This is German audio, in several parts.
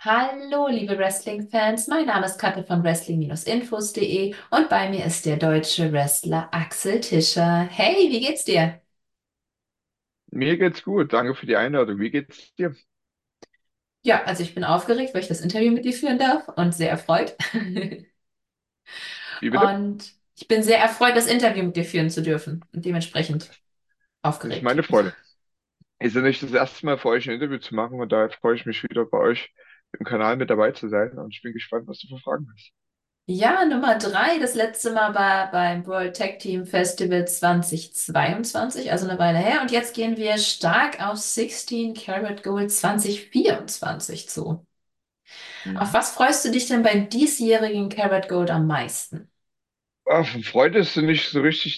Hallo, liebe Wrestling-Fans, mein Name ist Katja von Wrestling-Infos.de und bei mir ist der deutsche Wrestler Axel Tischer. Hey, wie geht's dir? Mir geht's gut, danke für die Einladung. Wie geht's dir? Ja, also ich bin aufgeregt, weil ich das Interview mit dir führen darf und sehr erfreut. Wie bitte? Und ich bin sehr erfreut, das Interview mit dir führen zu dürfen und dementsprechend Das ist aufgeregt. meine Freude. Ist ja nicht das erste Mal für euch ein Interview zu machen und daher freue ich mich wieder bei euch im Kanal mit dabei zu sein und ich bin gespannt, was du für Fragen hast. Ja, Nummer drei, das letzte Mal war beim World Tag Team Festival 2022, also eine Weile her. Und jetzt gehen wir stark auf 16 Karat Gold 2024 zu. Auf Mhm. was freust du dich denn beim diesjährigen Karat Gold am meisten? Von Freude ist nicht so richtig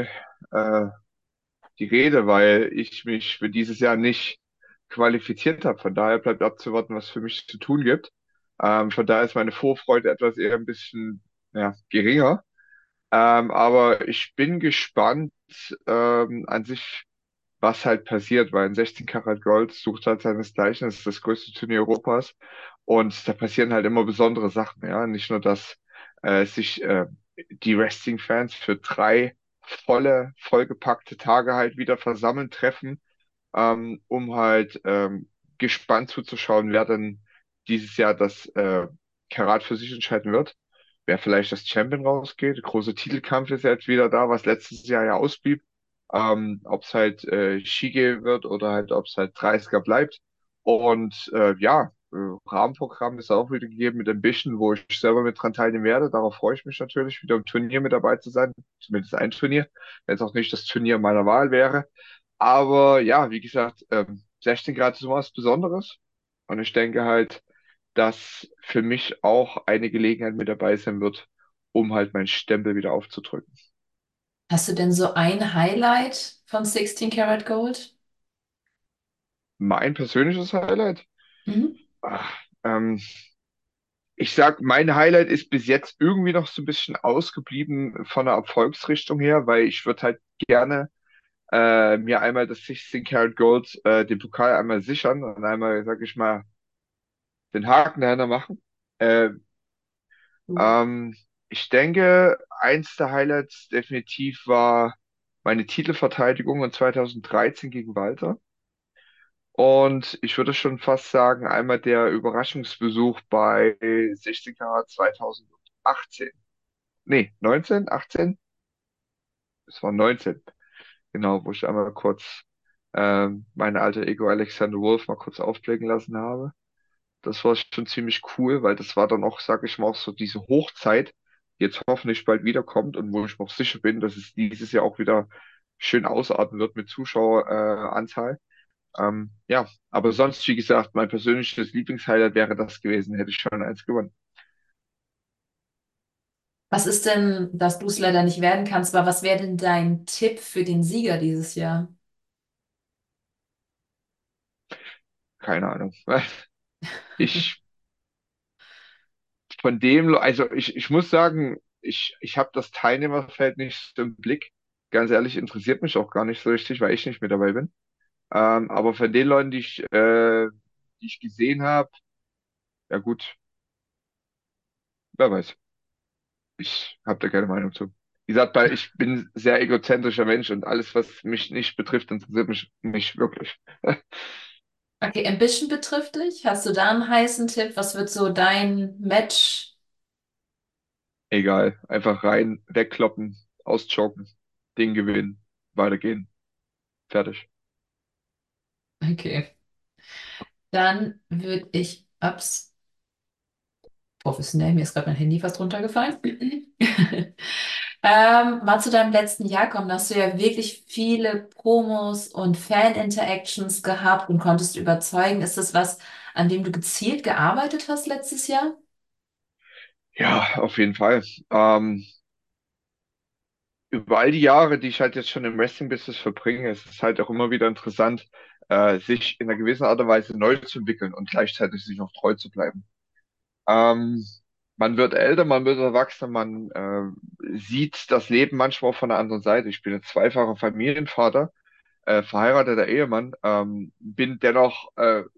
die Rede, weil ich mich für dieses Jahr nicht qualifiziert habe. Von daher bleibt abzuwarten, was für mich zu tun gibt. Von daher ist meine Vorfreude etwas eher ein bisschen ja, geringer. Aber ich bin gespannt an sich, was halt passiert, weil ein 16 Karat Gold sucht halt seinesgleichen, das ist das größte Turnier Europas und da passieren halt immer besondere Sachen, ja, nicht nur, dass sich die Wrestling-Fans für drei vollgepackte Tage halt wieder versammeln, treffen, um halt gespannt zuzuschauen, wer denn dieses Jahr das Karat für sich entscheiden wird, wer vielleicht das Champion rausgeht. Der große Titelkampf ist ja jetzt wieder da, was letztes Jahr ja ausblieb. Ob es halt Shige wird oder halt ob es halt 30 bleibt. Und ja, Rahmenprogramm ist auch wieder gegeben mit Ambition, wo ich selber mit dran teilnehmen werde. Darauf freue ich mich natürlich, wieder im Turnier mit dabei zu sein. Zumindest ein Turnier, wenn es auch nicht das Turnier meiner Wahl wäre. Aber ja, wie gesagt, 16 Grad ist was Besonderes. Und ich denke halt, dass für mich auch eine Gelegenheit mit dabei sein wird, um halt meinen Stempel wieder aufzudrücken. Hast du denn so ein Highlight von 16 Karat Gold? Mein persönliches Highlight? Mhm. Ach, ich sag, mein Highlight ist bis jetzt irgendwie noch so ein bisschen ausgeblieben von der Erfolgsrichtung her, weil ich würde halt gerne mir einmal das 16 Karat Gold, den Pokal einmal sichern und einmal, sag ich mal, den Haken dahinter machen. Äh, Ähm, ich denke, eins der Highlights definitiv war meine Titelverteidigung in 2013 gegen Walter. Und ich würde schon fast sagen, einmal der Überraschungsbesuch bei 60K 2018. Nee, 19, 18? Es war 19. Genau, wo ich einmal kurz meine alte Ego Alexander Wolf mal kurz aufblicken lassen habe. Das war schon ziemlich cool, weil das war dann auch, sag ich mal, auch so diese Hochzeit, die jetzt hoffentlich bald wiederkommt und wo ich mir auch sicher bin, dass es dieses Jahr auch wieder schön ausarten wird mit Zuschaueranzahl. Ja, aber sonst, wie gesagt, mein persönliches Lieblingshighlight wäre das gewesen, hätte ich schon eins gewonnen. Was ist denn, dass du es leider nicht werden kannst, aber was wäre denn dein Tipp für den Sieger dieses Jahr? Keine Ahnung. Ich also ich muss sagen, ich habe das Teilnehmerfeld nicht so im Blick. Ganz ehrlich, interessiert mich auch gar nicht so richtig, weil ich nicht mit dabei bin. Aber von den Leuten, die ich gesehen habe, ja gut, wer weiß. Ich habe da keine Meinung zu. Wie gesagt, weil ich bin ein sehr egozentrischer Mensch und alles, was mich nicht betrifft, interessiert mich nicht wirklich. Okay, Ambition betrifft dich. Hast du da einen heißen Tipp? Was wird so dein Match? Egal. Einfach rein, wegkloppen, auschoken, Ding gewinnen, weitergehen. Fertig. Okay. Dann würde ich, ups, professionell, mir ist gerade mein Handy fast runtergefallen. Mal zu deinem letzten Jahr kommen. Da hast du ja wirklich viele Promos und Fan-Interactions gehabt und konntest überzeugen. Ist das was, an dem du gezielt gearbeitet hast letztes Jahr? Ja, auf jeden Fall. Ähm, Über all die Jahre, die ich halt jetzt schon im Wrestling-Business verbringe, ist es halt auch immer wieder interessant, sich in einer gewissen Art und Weise neu zu entwickeln und gleichzeitig sich noch treu zu bleiben. Ähm, Man wird älter, man wird erwachsener, man sieht das Leben manchmal auch von der anderen Seite. Ich bin ein zweifacher Familienvater, verheirateter Ehemann, bin dennoch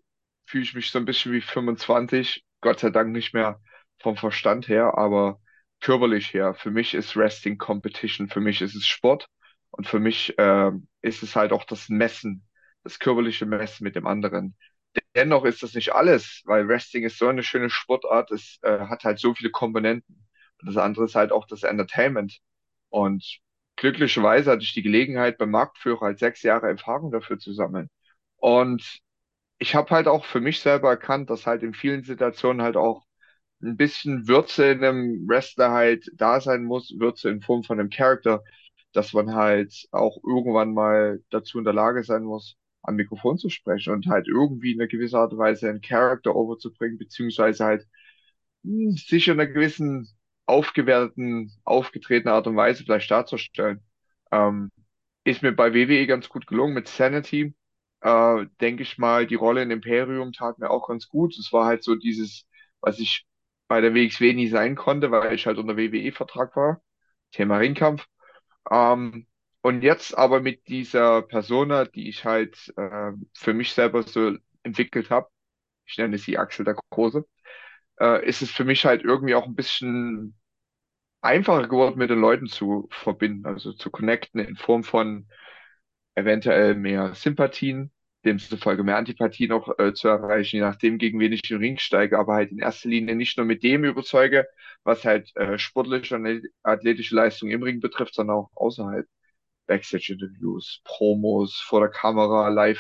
fühle ich mich so ein bisschen wie 25, Gott sei Dank nicht mehr vom Verstand her, aber körperlich her. Für mich ist Wrestling Competition, für mich ist es Sport und für mich ist es halt auch das Messen, das körperliche Messen mit dem anderen. Dennoch ist das nicht alles, weil Wrestling ist so eine schöne Sportart, es hat halt so viele Komponenten. Und das andere ist halt auch das Entertainment. Und glücklicherweise hatte ich die Gelegenheit, beim Marktführer halt 6 Jahre Erfahrung dafür zu sammeln. Und ich habe halt auch für mich selber erkannt, dass halt in vielen Situationen halt auch ein bisschen Würze in einem Wrestler halt da sein muss, Würze in Form von einem Charakter, dass man halt auch irgendwann mal dazu in der Lage sein muss, am Mikrofon zu sprechen und halt irgendwie in einer gewissen Art und Weise einen Charakter overzubringen, beziehungsweise halt sich in einer gewissen aufgewerteten, aufgetretenen Art und Weise vielleicht darzustellen. Ähm, Ist mir bei WWE ganz gut gelungen mit Sanity. Denke ich mal, die Rolle in Imperium tat mir auch ganz gut. Es war halt so dieses, was ich bei der WXW nie sein konnte, weil ich halt unter WWE-Vertrag war. Thema Ringkampf. Ähm, und jetzt aber mit dieser Persona, die ich halt für mich selber so entwickelt habe, ich nenne sie Axel der Große, ist es für mich halt irgendwie auch ein bisschen einfacher geworden, mit den Leuten zu verbinden, also zu connecten in Form von eventuell mehr Sympathien, demzufolge mehr Antipathien auch zu erreichen, je nachdem, gegen wen ich im Ring steige, aber halt in erster Linie nicht nur mit dem überzeuge, was halt sportliche und athletische Leistung im Ring betrifft, sondern auch außerhalb. Backstage-Interviews, Promos, vor der Kamera, live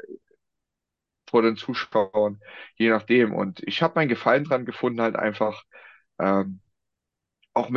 vor den Zuschauern, je nachdem. Und ich habe meinen Gefallen dran gefunden, halt einfach ähm, auch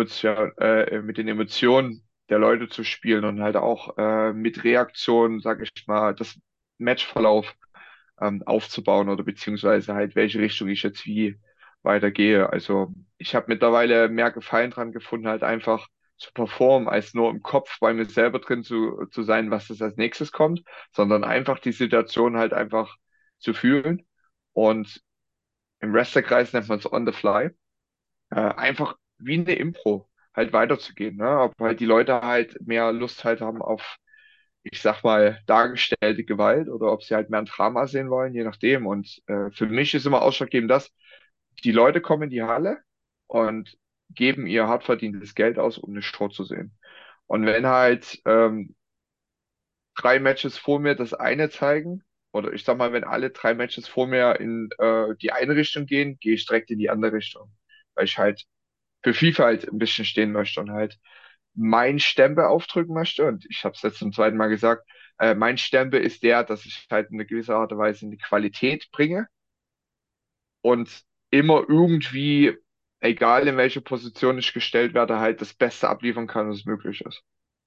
mit den Emotionen der Leute zu spielen und halt auch mit Reaktionen, sag ich mal, das Matchverlauf aufzubauen oder beziehungsweise halt, welche Richtung ich jetzt wie weitergehe. Also ich habe mittlerweile mehr Gefallen dran gefunden, halt einfach zu performen, als nur im Kopf bei mir selber drin zu sein, was das als nächstes kommt, sondern einfach die Situation halt einfach zu fühlen. Und im Wrestlerkreis nennt man es on the fly, einfach wie eine Impro halt weiterzugehen, ne? Ob halt die Leute halt mehr Lust halt haben auf, ich sag mal, dargestellte Gewalt oder ob sie halt mehr ein Drama sehen wollen, je nachdem. Und für mich ist immer ausschlaggebend, dass die Leute kommen in die Halle und geben ihr hart verdientes Geld aus, um eine Show zu sehen. Und wenn halt 3 Matches vor mir das eine zeigen, oder ich sag mal, wenn alle 3 Matches vor mir in die eine Richtung gehen, gehe ich direkt in die andere Richtung. Weil ich halt für Vielfalt ein bisschen stehen möchte und halt mein Stempel aufdrücken möchte. Und ich habe es jetzt zum zweiten Mal gesagt, mein Stempel ist der, dass ich halt in einer gewissen Art und Weise eine Qualität bringe und immer irgendwie, egal in welche Position ich gestellt werde, halt das Beste abliefern kann, was möglich ist.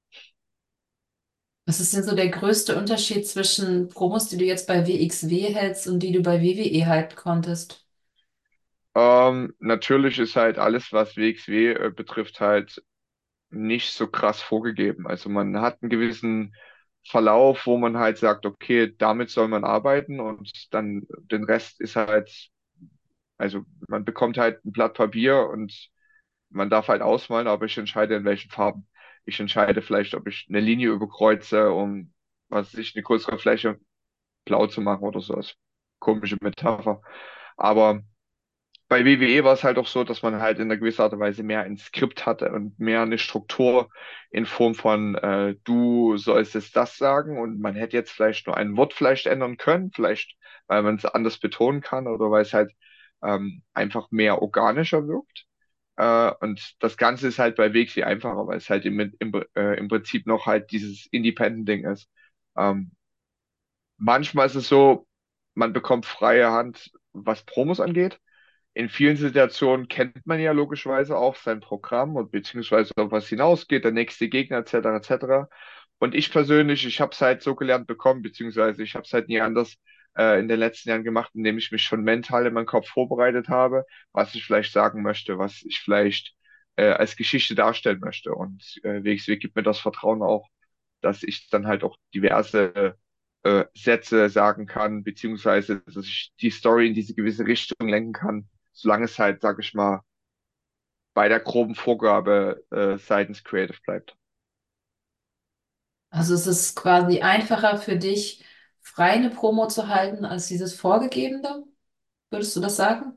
Was ist denn so der größte Unterschied zwischen Promos, die du jetzt bei WXW hältst und die du bei WWE halten konntest? Natürlich ist halt alles, was WXW betrifft, halt nicht so krass vorgegeben. Also man hat einen gewissen Verlauf, wo man halt sagt, okay, damit soll man arbeiten und dann den Rest ist halt, also man bekommt halt ein Blatt Papier und man darf halt ausmalen, aber ich entscheide in welchen Farben. Ich entscheide vielleicht, ob ich eine Linie überkreuze, um, was weiß ich, eine größere Fläche blau zu machen oder sowas. Komische Metapher. Aber bei WWE war es halt auch so, dass man halt in einer gewissen Art und Weise mehr ein Skript hatte und mehr eine Struktur in Form von, du sollst jetzt das sagen und man hätte jetzt vielleicht nur ein Wort vielleicht ändern können, vielleicht weil man es anders betonen kann oder weil es halt einfach mehr organischer wirkt. Und das Ganze ist halt bei WXW einfacher, weil es halt im Prinzip noch halt dieses Independent-Ding ist. Ähm, Manchmal ist es so, man bekommt freie Hand, was Promos angeht. In vielen Situationen kennt man ja logischerweise auch sein Programm und beziehungsweise auf was hinausgeht, der nächste Gegner etc. etc. Und ich persönlich, ich habe es halt so gelernt bekommen, beziehungsweise ich habe es halt nie anders in den letzten Jahren gemacht, indem ich mich schon mental in meinem Kopf vorbereitet habe, was ich vielleicht sagen möchte, was ich vielleicht als Geschichte darstellen möchte. Und WXW gibt mir das Vertrauen auch, dass ich dann halt auch diverse Sätze sagen kann, beziehungsweise dass ich die Story in diese gewisse Richtung lenken kann, solange es halt, sag ich mal, bei der groben Vorgabe seitens Creative bleibt. Also es ist quasi einfacher für dich, frei eine Promo zu halten als dieses Vorgegebene? Würdest du das sagen?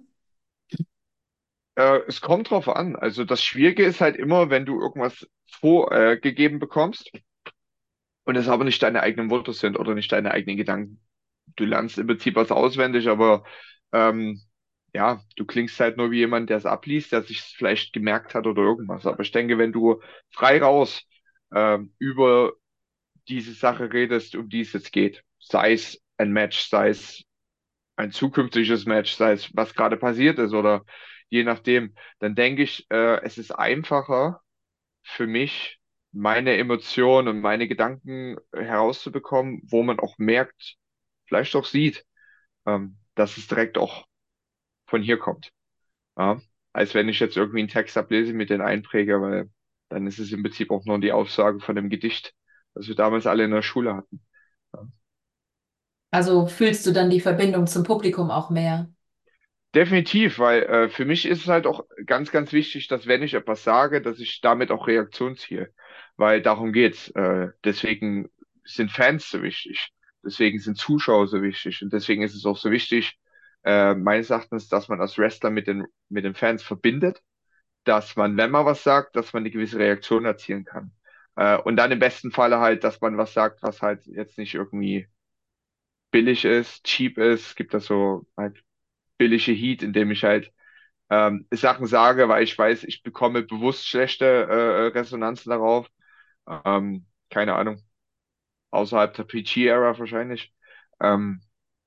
Es kommt drauf an. Also das Schwierige ist halt immer, wenn du irgendwas vorgegeben bekommst und es aber nicht deine eigenen Worte sind oder nicht deine eigenen Gedanken. Du lernst im Prinzip was auswendig, aber ähm, ja, du klingst halt nur wie jemand, der es abliest, der sich vielleicht gemerkt hat oder irgendwas. Aber ich denke, wenn du frei raus über diese Sache redest, um die es jetzt geht, sei es ein Match, sei es ein zukünftiges Match, sei es was gerade passiert ist oder je nachdem, dann denke ich, es ist einfacher für mich, meine Emotionen und meine Gedanken herauszubekommen, wo man auch merkt, vielleicht auch sieht, dass es direkt auch von hier kommt. Ja? Als wenn ich jetzt irgendwie einen Text ablese, mit den einpräge, weil dann ist es im Prinzip auch nur die Aussage von dem Gedicht, das wir damals alle in der Schule hatten. Ja? Also fühlst du dann die Verbindung zum Publikum auch mehr? Definitiv, weil für mich ist es halt auch ganz, ganz wichtig, dass wenn ich etwas sage, dass ich damit auch Reaktion ziehe, weil darum geht's. Deswegen sind Fans so wichtig, deswegen sind Zuschauer so wichtig und deswegen ist es auch so wichtig, meines Erachtens, dass man als Wrestler mit den Fans verbindet, dass man, wenn man was sagt, dass man eine gewisse Reaktion erzielen kann. Und dann im besten Falle halt, dass man was sagt, was halt jetzt nicht irgendwie billig ist, cheap ist. Es gibt da so halt billige Heat, indem ich halt Sachen sage, weil ich weiß, ich bekomme bewusst schlechte Resonanzen darauf. Keine Ahnung, außerhalb der PG-Ära wahrscheinlich. Ähm,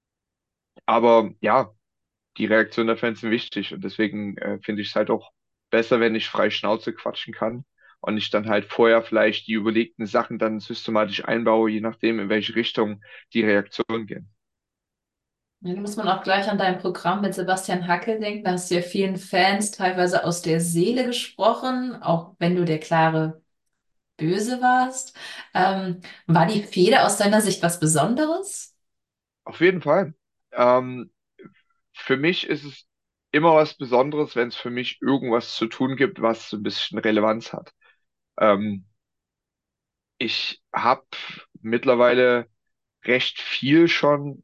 aber ja, die Reaktion der Fans sind wichtig und deswegen finde ich es halt auch besser, wenn ich frei Schnauze quatschen kann und ich dann halt vorher vielleicht die überlegten Sachen dann systematisch einbaue, je nachdem, in welche Richtung die Reaktionen gehen. Ja, da muss man auch gleich an dein Programm mit Sebastian Hackel denken. Da hast du ja vielen Fans teilweise aus der Seele gesprochen, auch wenn du der klare Böse warst. War die Fehde aus deiner Sicht was Besonderes? Auf jeden Fall. Ähm, für mich ist es immer was Besonderes, wenn es für mich irgendwas zu tun gibt, was so ein bisschen Relevanz hat. Ähm, ich habe mittlerweile recht viel schon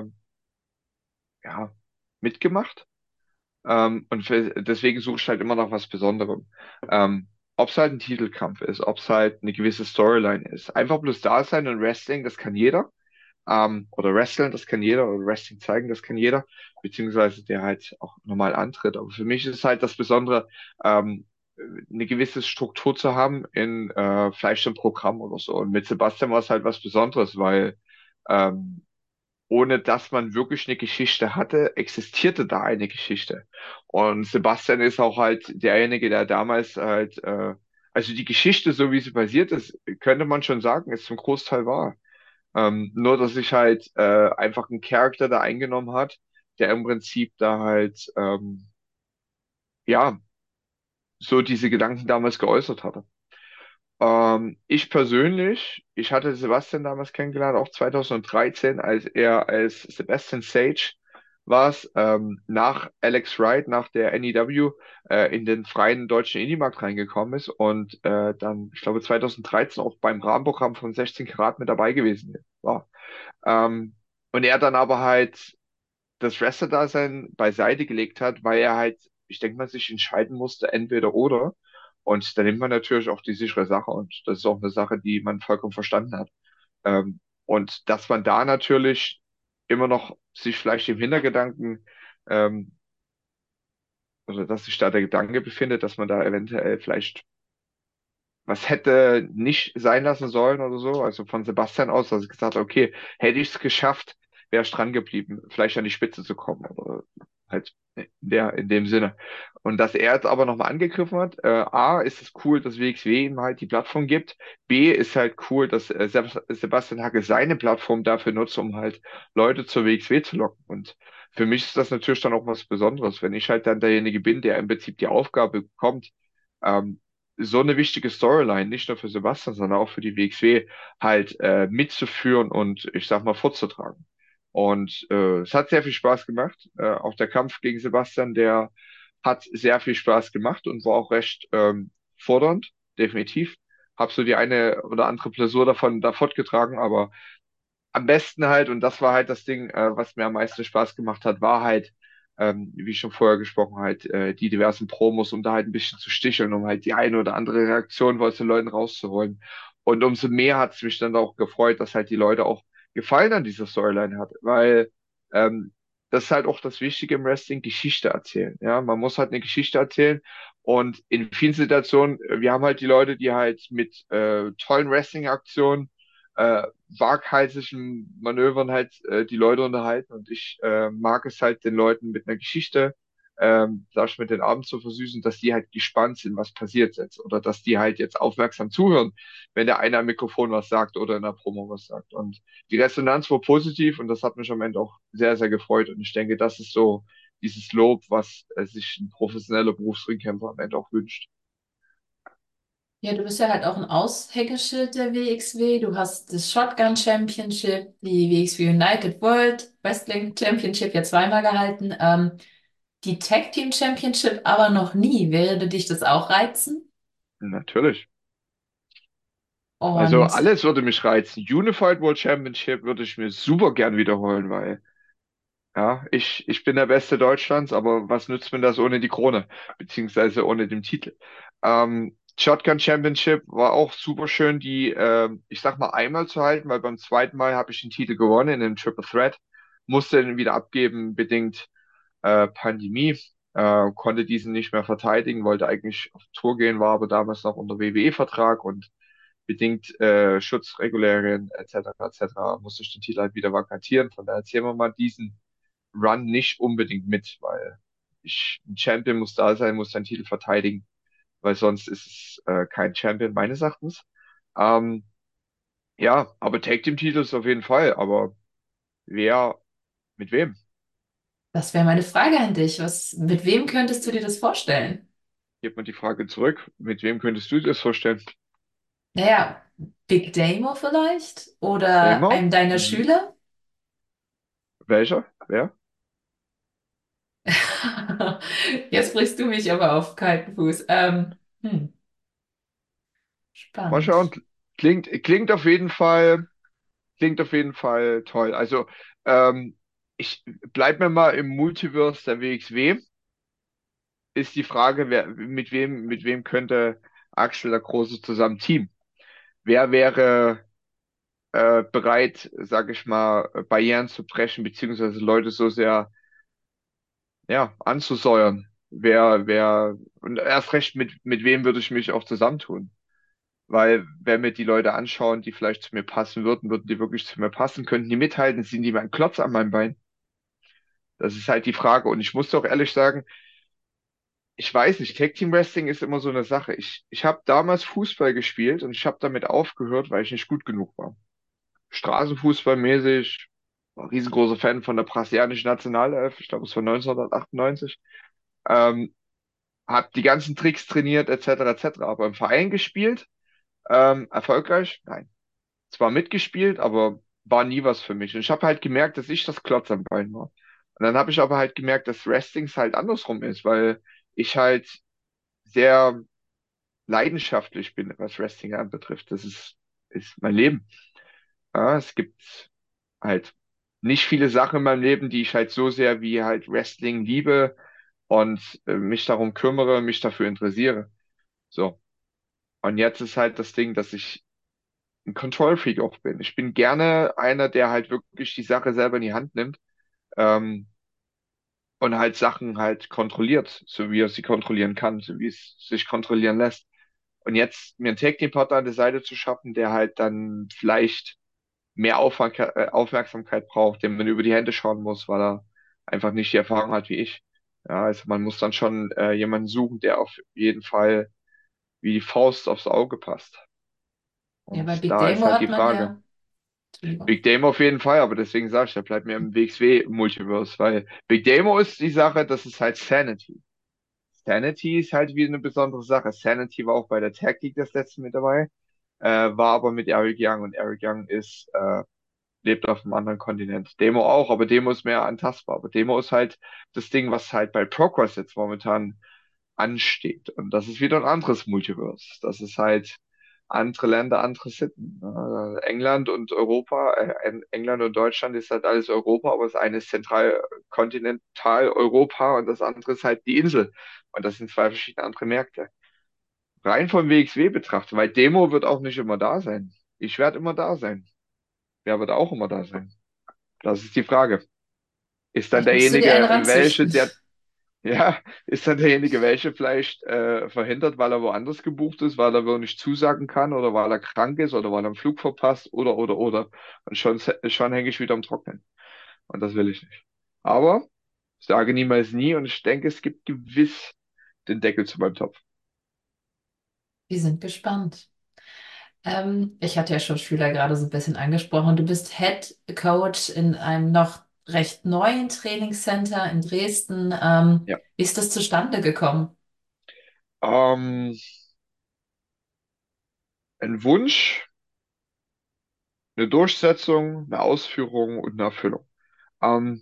ja, mitgemacht und deswegen suche ich halt immer nach was Besonderem. Ob es halt ein Titelkampf ist, ob es halt eine gewisse Storyline ist. Einfach bloß da sein und Wrestling, das kann jeder. Oder Wrestling, das kann jeder, oder Wrestling zeigen, das kann jeder, beziehungsweise der halt auch normal antritt. Aber für mich ist halt das Besondere, ähm, eine gewisse Struktur zu haben in vielleicht ein Programm oder so. Und mit Sebastian war es halt was Besonderes, weil ähm, ohne dass man wirklich eine Geschichte hatte, existierte da eine Geschichte. Und Sebastian ist auch halt derjenige, der damals halt, also die Geschichte, so wie sie basiert ist, könnte man schon sagen, ist zum Großteil wahr. Nur, dass sich halt einfach ein Charakter da eingenommen hat, der im Prinzip da halt, ja, so diese Gedanken damals geäußert hatte. Ich persönlich, ich hatte Sebastian damals kennengelernt, auch 2013, als er als Sebastian Sage war es, nach Alex Wright, nach der NEW, in den freien deutschen Indie-Markt reingekommen ist und dann, ich glaube, 2013 auch beim Rahmenprogramm von 16 Karat mit dabei gewesen war. Und er dann aber halt das Wrestler-Dasein beiseite gelegt hat, weil er halt, ich denke mal, sich entscheiden musste, entweder oder. Und da nimmt man natürlich auch die sichere Sache und das ist auch eine Sache, die man vollkommen verstanden hat. Und dass man da natürlich immer noch sich vielleicht im Hintergedanken, ähm, oder dass sich da der Gedanke befindet, dass man da eventuell vielleicht was hätte nicht sein lassen sollen oder so. Also von Sebastian aus, dass ich gesagt habe, okay, hätte ich es geschafft, wäre ich dran geblieben, vielleicht an die Spitze zu kommen oder halt in dem Sinne. Und dass er jetzt aber nochmal angegriffen hat, A, ist es cool, dass WXW ihm halt die Plattform gibt. B, ist halt cool, dass Sebastian Hacke seine Plattform dafür nutzt, um halt Leute zur WXW zu locken. Und für mich ist das natürlich dann auch was Besonderes, wenn ich halt dann derjenige bin, der im Prinzip die Aufgabe bekommt, ähm, so eine wichtige Storyline, nicht nur für Sebastian, sondern auch für die WXW, halt mitzuführen und ich sag mal vorzutragen. Und es hat sehr viel Spaß gemacht. Auch der Kampf gegen Sebastian, der hat sehr viel Spaß gemacht und war auch recht fordernd, definitiv. Hab so die eine oder andere Blessur davon fortgetragen, aber am besten halt, und das war halt das Ding, was mir am meisten Spaß gemacht hat, war halt, wie schon vorher gesprochen, halt die diversen Promos, um da halt ein bisschen zu sticheln, um halt die eine oder andere Reaktion aus den Leuten rauszuholen. Und umso mehr hat es mich dann auch gefreut, dass halt die Leute auch Gefallen an dieser Storyline hat, weil ähm, das ist halt auch das Wichtige im Wrestling, Geschichte erzählen. Ja, man muss halt eine Geschichte erzählen. Und in vielen Situationen, wir haben halt die Leute, die halt mit tollen Wrestling-Aktionen, äh, waghalsigen Manövern halt die Leute unterhalten. Und ich mag es halt, den Leuten mit einer Geschichte, sag ich, mit den Abend zu versüßen, dass die halt gespannt sind, was passiert jetzt. Oder dass die halt jetzt aufmerksam zuhören, wenn der eine am Mikrofon was sagt oder in der Promo was sagt. Und die Resonanz war positiv und das hat mich am Ende auch sehr, sehr gefreut. Und ich denke, das ist so dieses Lob, was sich ein professioneller Berufsringkämpfer am Ende auch wünscht. Ja, du bist ja halt auch ein Aushängeschild der WXW. Du hast das Shotgun Championship, die WXW United World Wrestling Championship ja zweimal gehalten, die Tag Team Championship aber noch nie. Würde dich das auch reizen? Natürlich. Also Und alles würde mich reizen. Unified World Championship würde ich mir super gern wiederholen, weil ja, ich bin der Beste Deutschlands, aber was nützt mir das ohne die Krone, beziehungsweise ohne den Titel? Shotgun Championship war auch super schön, die, ich sag mal, einmal zu halten, weil beim zweiten Mal habe ich den Titel gewonnen in einem Triple Threat, musste den wieder abgeben, bedingt Pandemie, konnte diesen nicht mehr verteidigen, wollte eigentlich auf Tour gehen, war aber damals noch unter WWE-Vertrag und bedingt Schutzregulärien etc. etc. musste ich den Titel halt wieder vakantieren. Von daher erzählen wir mal diesen Run nicht unbedingt mit, weil ein Champion muss da sein, muss seinen Titel verteidigen, weil sonst ist es kein Champion meines Erachtens. Ähm, ja, aber Tag Team Titel ist auf jeden Fall, aber wer mit wem? das wäre meine Frage an dich. Mit wem könntest du dir das vorstellen? Gib mir die Frage zurück. Mit wem könntest du dir das vorstellen? Naja, Big Damo vielleicht? Oder Demo? einem deiner Mhm. Schüler? Welcher? Wer? Jetzt brichst du mich aber auf kalten Fuß. Mal Spannend. schauen. Klingt auf jeden Fall toll. Also, ich bleib mir mal im Multiverse der WXW. Ist die Frage, mit wem könnte Axel der Große zusammen teamen? Wer wäre bereit, sag ich mal, Barrieren zu brechen, beziehungsweise Leute so sehr, ja, anzusäuern? Und erst recht, mit wem würde ich mich auch zusammentun? Weil, wenn mir die Leute anschauen, die vielleicht zu mir passen würden, würden die wirklich zu mir passen? Könnten die mithalten? Sind die wie ein Klotz an meinem Bein? Das ist halt die Frage. Und ich muss doch ehrlich sagen, ich weiß nicht, Tag Team Wrestling ist immer so eine Sache. Ich habe damals Fußball gespielt und ich habe damit aufgehört, weil ich nicht gut genug war. Straßenfußballmäßig, war ein riesengroßer Fan von der brasilianischen Nationalelf, ich glaube, es war 1998. Ähm, habe die ganzen Tricks trainiert, etc., etc. Aber im Verein gespielt, erfolgreich? Nein. Zwar mitgespielt, aber war nie was für mich. Und ich habe halt gemerkt, dass ich das Klotz am Bein war. Und dann habe ich aber halt gemerkt, dass Wrestling halt andersrum ist, weil ich halt sehr leidenschaftlich bin, was Wrestling anbetrifft. Ist mein Leben. Ja, es gibt halt nicht viele Sachen in meinem Leben, die ich halt so sehr wie halt Wrestling liebe und mich darum kümmere, mich dafür interessiere. So. Und jetzt ist halt das Ding, dass ich ein Control-Freak auch bin. Ich bin gerne einer, der halt wirklich die Sache selber in die Hand nimmt, ähm, und halt Sachen halt kontrolliert, so wie er sie kontrollieren kann, so wie es sich kontrollieren lässt. Und jetzt mir einen Tag-Team-Partner an der Seite zu schaffen, der halt dann vielleicht mehr Aufmerksamkeit braucht, dem man über die Hände schauen muss, weil er einfach nicht die Erfahrung hat wie ich. Ja, also man muss dann schon jemanden suchen, der auf jeden Fall wie die Faust aufs Auge passt. Ja, bei Und Big da ist Damo halt hat die man Frage. ja. Entschuldigung. Big Damo auf jeden Fall, aber deswegen sage ich, da bleibt mir im WXW Multiverse, weil Big Damo ist die Sache, das ist halt Sanity. Sanity ist halt wieder eine besondere Sache. Sanity war auch bei der Tag League das letzte mit dabei, war aber mit Eric Young und Eric Young lebt auf einem anderen Kontinent. Demo auch, aber Demo ist mehr antastbar. Aber Demo ist halt das Ding, was halt bei Progress jetzt momentan ansteht. Und das ist wieder ein anderes Multiverse. Das ist halt andere Länder, andere Sitten. England und Europa, England und Deutschland ist halt alles Europa, aber das eine ist Zentralkontinentaleuropa und das andere ist halt die Insel. Und das sind zwei verschiedene andere Märkte. Rein vom WXW betrachtet, weil Demo wird auch nicht immer da sein. Ich werde immer da sein. Wer wird auch immer da sein? Das ist die Frage. Ist dann Vielleicht musst du dir einen derjenige, welche, ranzüchten. der, ja, ist dann derjenige, welche vielleicht verhindert, weil er woanders gebucht ist, weil er wohl nicht zusagen kann oder weil er krank ist oder weil er einen Flug verpasst oder. Und schon hänge ich wieder am Trocknen. Und das will ich nicht. Aber ich sage niemals nie und ich denke, es gibt gewiss den Deckel zu meinem Topf. Wir sind gespannt. Ich hatte ja schon Schüler gerade so ein bisschen angesprochen. Du bist Head Coach in einem noch recht neuen Trainingscenter in Dresden. Ja. Wie ist das zustande gekommen? Ähm, ein Wunsch, eine Durchsetzung, eine Ausführung und eine Erfüllung. Ähm,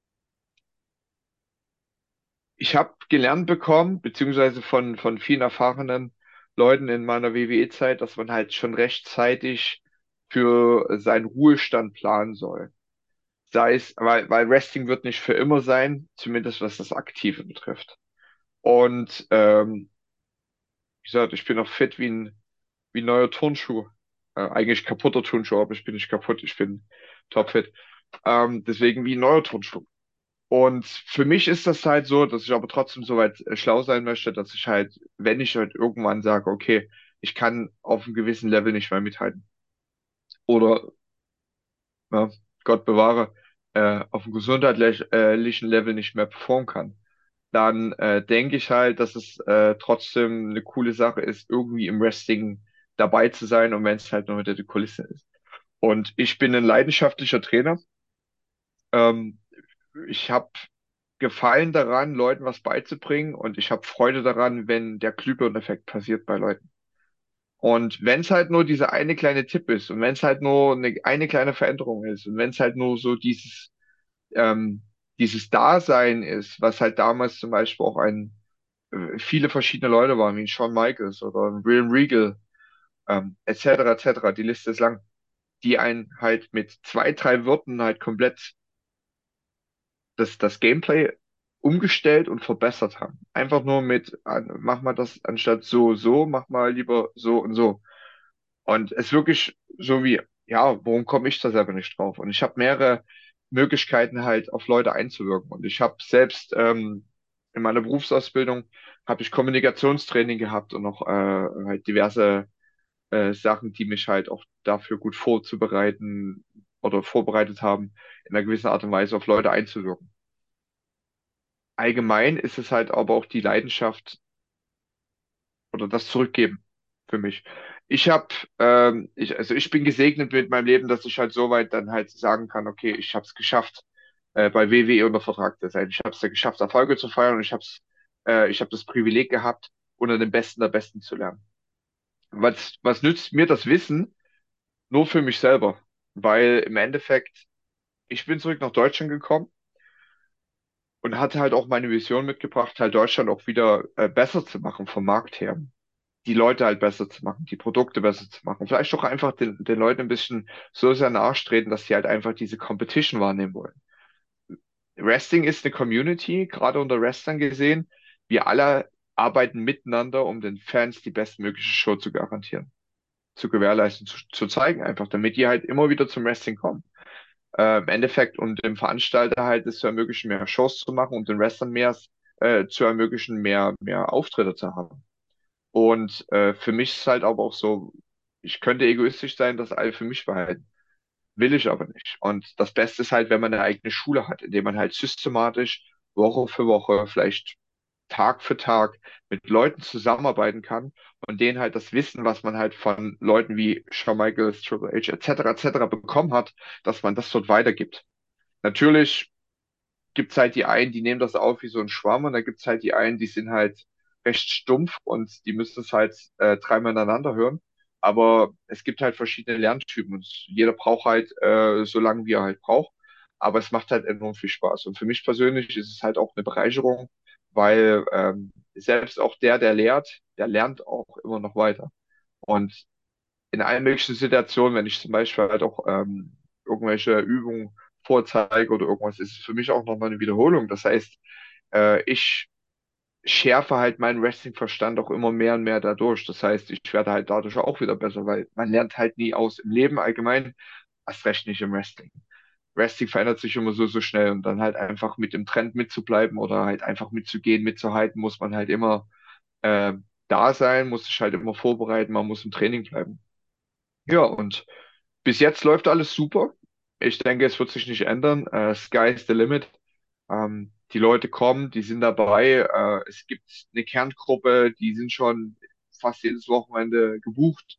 Ich habe gelernt bekommen, beziehungsweise von vielen erfahrenen Leuten in meiner WWE-Zeit, dass man halt schon rechtzeitig für seinen Ruhestand planen soll. Sei es, weil Wrestling wird nicht für immer sein, zumindest was das Aktive betrifft. Und wie gesagt, ich bin noch fit wie ein neuer Turnschuh. Eigentlich kaputter Turnschuh, aber ich bin nicht kaputt, ich bin topfit. Deswegen wie ein neuer Turnschuh. Und für mich ist das halt so, dass ich aber trotzdem soweit schlau sein möchte, dass ich halt, wenn ich halt irgendwann sage, okay, ich kann auf einem gewissen Level nicht mehr mithalten oder, ja, Gott bewahre, auf einem gesundheitlichen Level nicht mehr performen kann, dann denke ich halt, dass es trotzdem eine coole Sache ist, irgendwie im Wrestling dabei zu sein und wenn es halt nur hinter der Kulisse ist. Und ich bin ein leidenschaftlicher Trainer. Ähm, Ich habe Gefallen daran, Leuten was beizubringen und ich habe Freude daran, wenn der Glühbirneneffekt passiert bei Leuten. Und wenn es halt nur dieser eine kleine Tipp ist und wenn es halt nur eine kleine Veränderung ist und wenn es halt nur so ähm, dieses Dasein ist, was halt damals zum Beispiel auch viele verschiedene Leute waren, wie ein Shawn Michaels oder ein William Regal, etc., etc., die Liste ist lang, die einen halt mit zwei, drei Wörtern halt komplett das Gameplay umgestellt und verbessert haben. Einfach nur mach mal das anstatt so, so, mach mal lieber so und so. Und es ist wirklich so wie, ja, warum komme ich da selber nicht drauf? Und ich habe mehrere Möglichkeiten halt auf Leute einzuwirken. Und ich habe selbst in meiner Berufsausbildung habe ich Kommunikationstraining gehabt und noch halt diverse Sachen, die mich halt auch dafür gut vorzubereiten oder vorbereitet haben, in einer gewissen Art und Weise auf Leute einzuwirken. Allgemein ist es halt aber auch die Leidenschaft oder das Zurückgeben für mich. Also ich bin gesegnet mit meinem Leben, dass ich halt so weit dann halt sagen kann, okay, ich habe es geschafft, bei WWE unter Vertrag zu sein. Ich habe es ja geschafft, Erfolge zu feiern und ich habe das Privileg gehabt, unter den Besten der Besten zu lernen. Was nützt mir das Wissen? Nur für mich selber, weil im Endeffekt, ich bin zurück nach Deutschland gekommen und hatte halt auch meine Vision mitgebracht, halt Deutschland auch wieder besser zu machen vom Markt her. Die Leute halt besser zu machen, die Produkte besser zu machen. Vielleicht auch einfach den Leuten ein bisschen so sehr nachstreben, dass sie halt einfach diese Competition wahrnehmen wollen. Wrestling ist eine Community, gerade unter Wrestlern gesehen. Wir alle arbeiten miteinander, um den Fans die bestmögliche Show zu garantieren, zu gewährleisten, zu zeigen einfach, damit die halt immer wieder zum Wrestling kommen. Im Endeffekt, um dem Veranstalter halt es zu ermöglichen, mehr Shows zu machen und den Wrestlern zu ermöglichen, mehr Auftritte zu haben. Und für mich ist es halt aber auch so, ich könnte egoistisch sein, das all für mich behalten. Will ich aber nicht. Und das Beste ist halt, wenn man eine eigene Schule hat, in der man halt systematisch Woche für Woche, vielleicht Tag für Tag mit Leuten zusammenarbeiten kann und denen halt das Wissen, was man halt von Leuten wie Shawn Michaels, Triple H etc. bekommen hat, dass man das dort weitergibt. Natürlich gibt's halt die einen, die nehmen das auf wie so ein Schwamm und dann gibt's halt die einen, die sind halt recht stumpf und die müssen es halt dreimal ineinander hören. Aber es gibt halt verschiedene Lerntypen und jeder braucht halt so lange, wie er halt braucht. Aber es macht halt enorm viel Spaß. Und für mich persönlich ist es halt auch eine Bereicherung, weil selbst auch der lehrt, der lernt auch immer noch weiter. Und in allen möglichen Situationen, wenn ich zum Beispiel halt auch irgendwelche Übungen vorzeige oder irgendwas, ist es für mich auch nochmal eine Wiederholung. Das heißt, ich schärfe halt meinen Wrestling-Verstand auch immer mehr und mehr dadurch. Das heißt, ich werde halt dadurch auch wieder besser, weil man lernt halt nie aus im Leben allgemein, erst recht nicht im Wrestling. Wrestling verändert sich immer so, so schnell und dann halt einfach mit dem Trend mitzubleiben oder halt einfach mitzugehen, mitzuhalten, muss man halt immer äh, da sein, muss sich halt immer vorbereiten, man muss im Training bleiben. Ja, und bis jetzt läuft alles super. Ich denke, es wird sich nicht ändern. Sky is the limit. Die Leute kommen, die sind dabei. Es gibt eine Kerngruppe, die sind schon fast jedes Wochenende gebucht.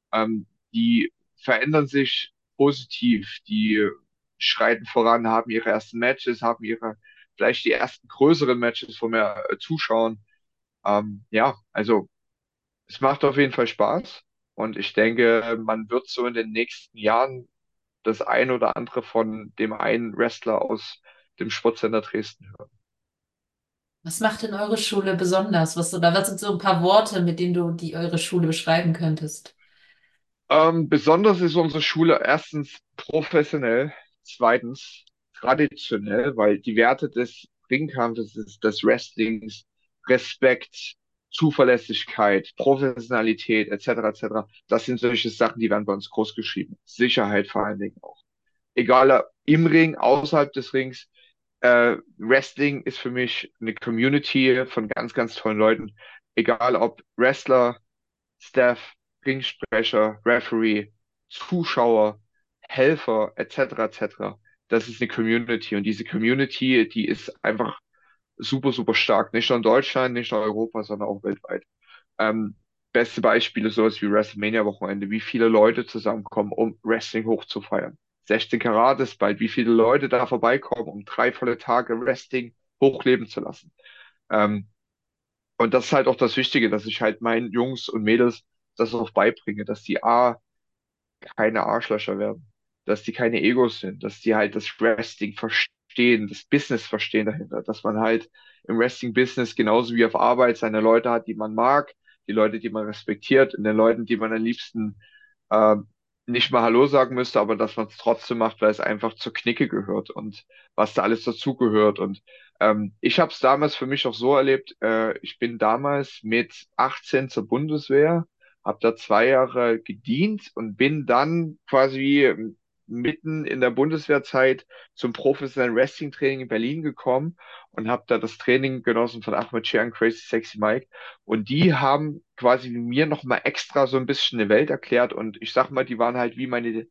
Die verändern sich positiv. Die schreiten voran, haben ihre ersten Matches, haben ihre vielleicht die ersten größeren Matches von mehr Zuschauern. Ja, also es macht auf jeden Fall Spaß. Und ich denke, man wird so in den nächsten Jahren das ein oder andere von dem einen Wrestler aus dem Sportcenter Dresden hören. Was macht denn eure Schule besonders? Oder was sind so ein paar Worte, mit denen du eure Schule beschreiben könntest? Besonders ist unsere Schule erstens professionell, zweitens traditionell, weil die Werte des Ringkampfes, des Wrestlings, Respekt, Zuverlässigkeit, Professionalität etc. etc. Das sind solche Sachen, die werden bei uns groß geschrieben. Sicherheit vor allen Dingen auch. Egal im Ring, außerhalb des Rings. Wrestling ist für mich eine Community von ganz, ganz tollen Leuten. Egal ob Wrestler, Staff, Ringsprecher, Referee, Zuschauer, Helfer, etc., etc. Das ist eine Community und diese Community, die ist einfach super, super stark. Nicht nur in Deutschland, nicht nur in Europa, sondern auch weltweit. Ähm, Beste Beispiele sowas wie WrestleMania-Wochenende, wie viele Leute zusammenkommen, um Wrestling hochzufeiern. 16 Karat ist bald, wie viele Leute da vorbeikommen, um 3 volle Tage Wrestling hochleben zu lassen. Ähm, und das ist halt auch das Wichtige, dass ich halt meinen Jungs und Mädels das auch beibringe, dass die A, keine Arschlöcher werden, dass die keine Egos sind, dass die halt das Wrestling verstehen, das Business verstehen dahinter, dass man halt im Wrestling-Business genauso wie auf Arbeit seine Leute hat, die man mag, die Leute, die man respektiert und den Leuten, die man am liebsten äh, nicht mal Hallo sagen müsste, aber dass man es trotzdem macht, weil es einfach zur Clique gehört und was da alles dazugehört. Und ich habe es damals für mich auch so erlebt, ich bin damals mit 18 zur Bundeswehr, habe da 2 Jahre gedient und bin dann quasi mitten in der Bundeswehrzeit zum professionellen Wrestling-Training in Berlin gekommen und habe da das Training genossen von Ahmed Scher und Crazy Sexy Mike. Und die haben quasi mir nochmal extra so ein bisschen eine Welt erklärt. Und ich sag mal, die waren halt wie meine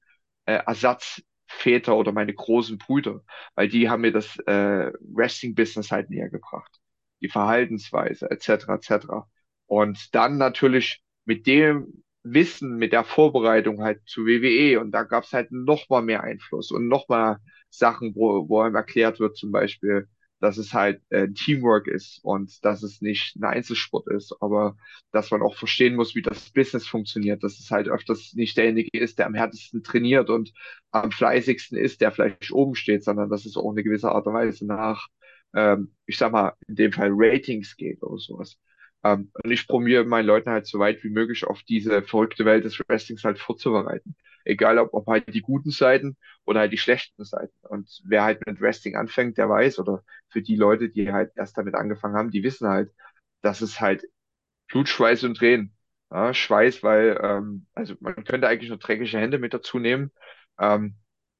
Ersatzväter oder meine großen Brüder, weil die haben mir das Wrestling-Business halt näher gebracht. Die Verhaltensweise, etc., etc. Und dann natürlich mit dem Wissen, mit der Vorbereitung halt zu WWE. Und da gab es halt noch mal mehr Einfluss und noch mal Sachen, wo einem erklärt wird, zum Beispiel, dass es halt Teamwork ist und dass es nicht ein Einzelsport ist, aber dass man auch verstehen muss, wie das Business funktioniert, dass es halt öfters nicht derjenige ist, der am härtesten trainiert und am fleißigsten ist, der vielleicht oben steht, sondern dass es auch eine gewisse Art und Weise nach, ich sag mal, in dem Fall Ratings geht oder sowas. Und ich probiere meinen Leuten halt so weit wie möglich auf diese verrückte Welt des Wrestlings halt vorzubereiten. Egal ob halt die guten Seiten oder halt die schlechten Seiten. Und wer halt mit Wrestling anfängt, der weiß, oder für die Leute, die halt erst damit angefangen haben, die wissen halt, dass es halt Blut, Schweiß und Tränen. Ja, Schweiß, weil, also man könnte eigentlich nur dreckige Hände mit dazu nehmen. Ähm,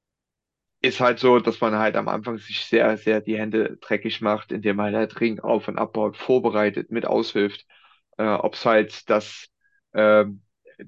Ist halt so, dass man halt am Anfang sich sehr, sehr die Hände dreckig macht, indem man halt Ring auf und abbaut, vorbereitet, mit aushilft. Ob es halt das ähm,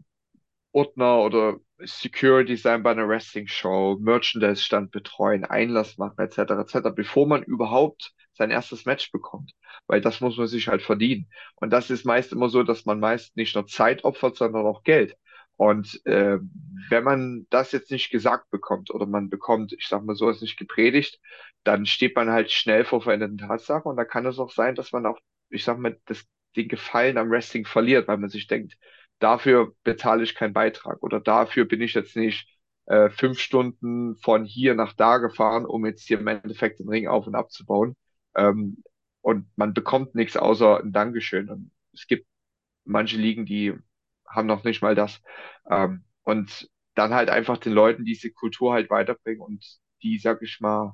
Ordner oder Security sein bei einer Wrestling-Show, Merchandise-Stand betreuen, Einlass machen, etc., etc., bevor man überhaupt sein erstes Match bekommt. Weil das muss man sich halt verdienen. Und das ist meist immer so, dass man meist nicht nur Zeit opfert, sondern auch Geld. Und wenn man das jetzt nicht gesagt bekommt oder man bekommt, ich sag mal so, es nicht gepredigt, dann steht man halt schnell vor veränderten Tatsachen und da kann es auch sein, dass man auch, ich sag mal, den Gefallen am Wrestling verliert, weil man sich denkt, dafür bezahle ich keinen Beitrag oder dafür bin ich jetzt nicht 5 Stunden von hier nach da gefahren, um jetzt hier im Endeffekt den Ring auf und abzubauen. Ähm, und man bekommt nichts außer ein Dankeschön. Und es gibt manche Ligen, die haben noch nicht mal das. Und dann halt einfach den Leuten diese Kultur halt weiterbringen und die, sag ich mal,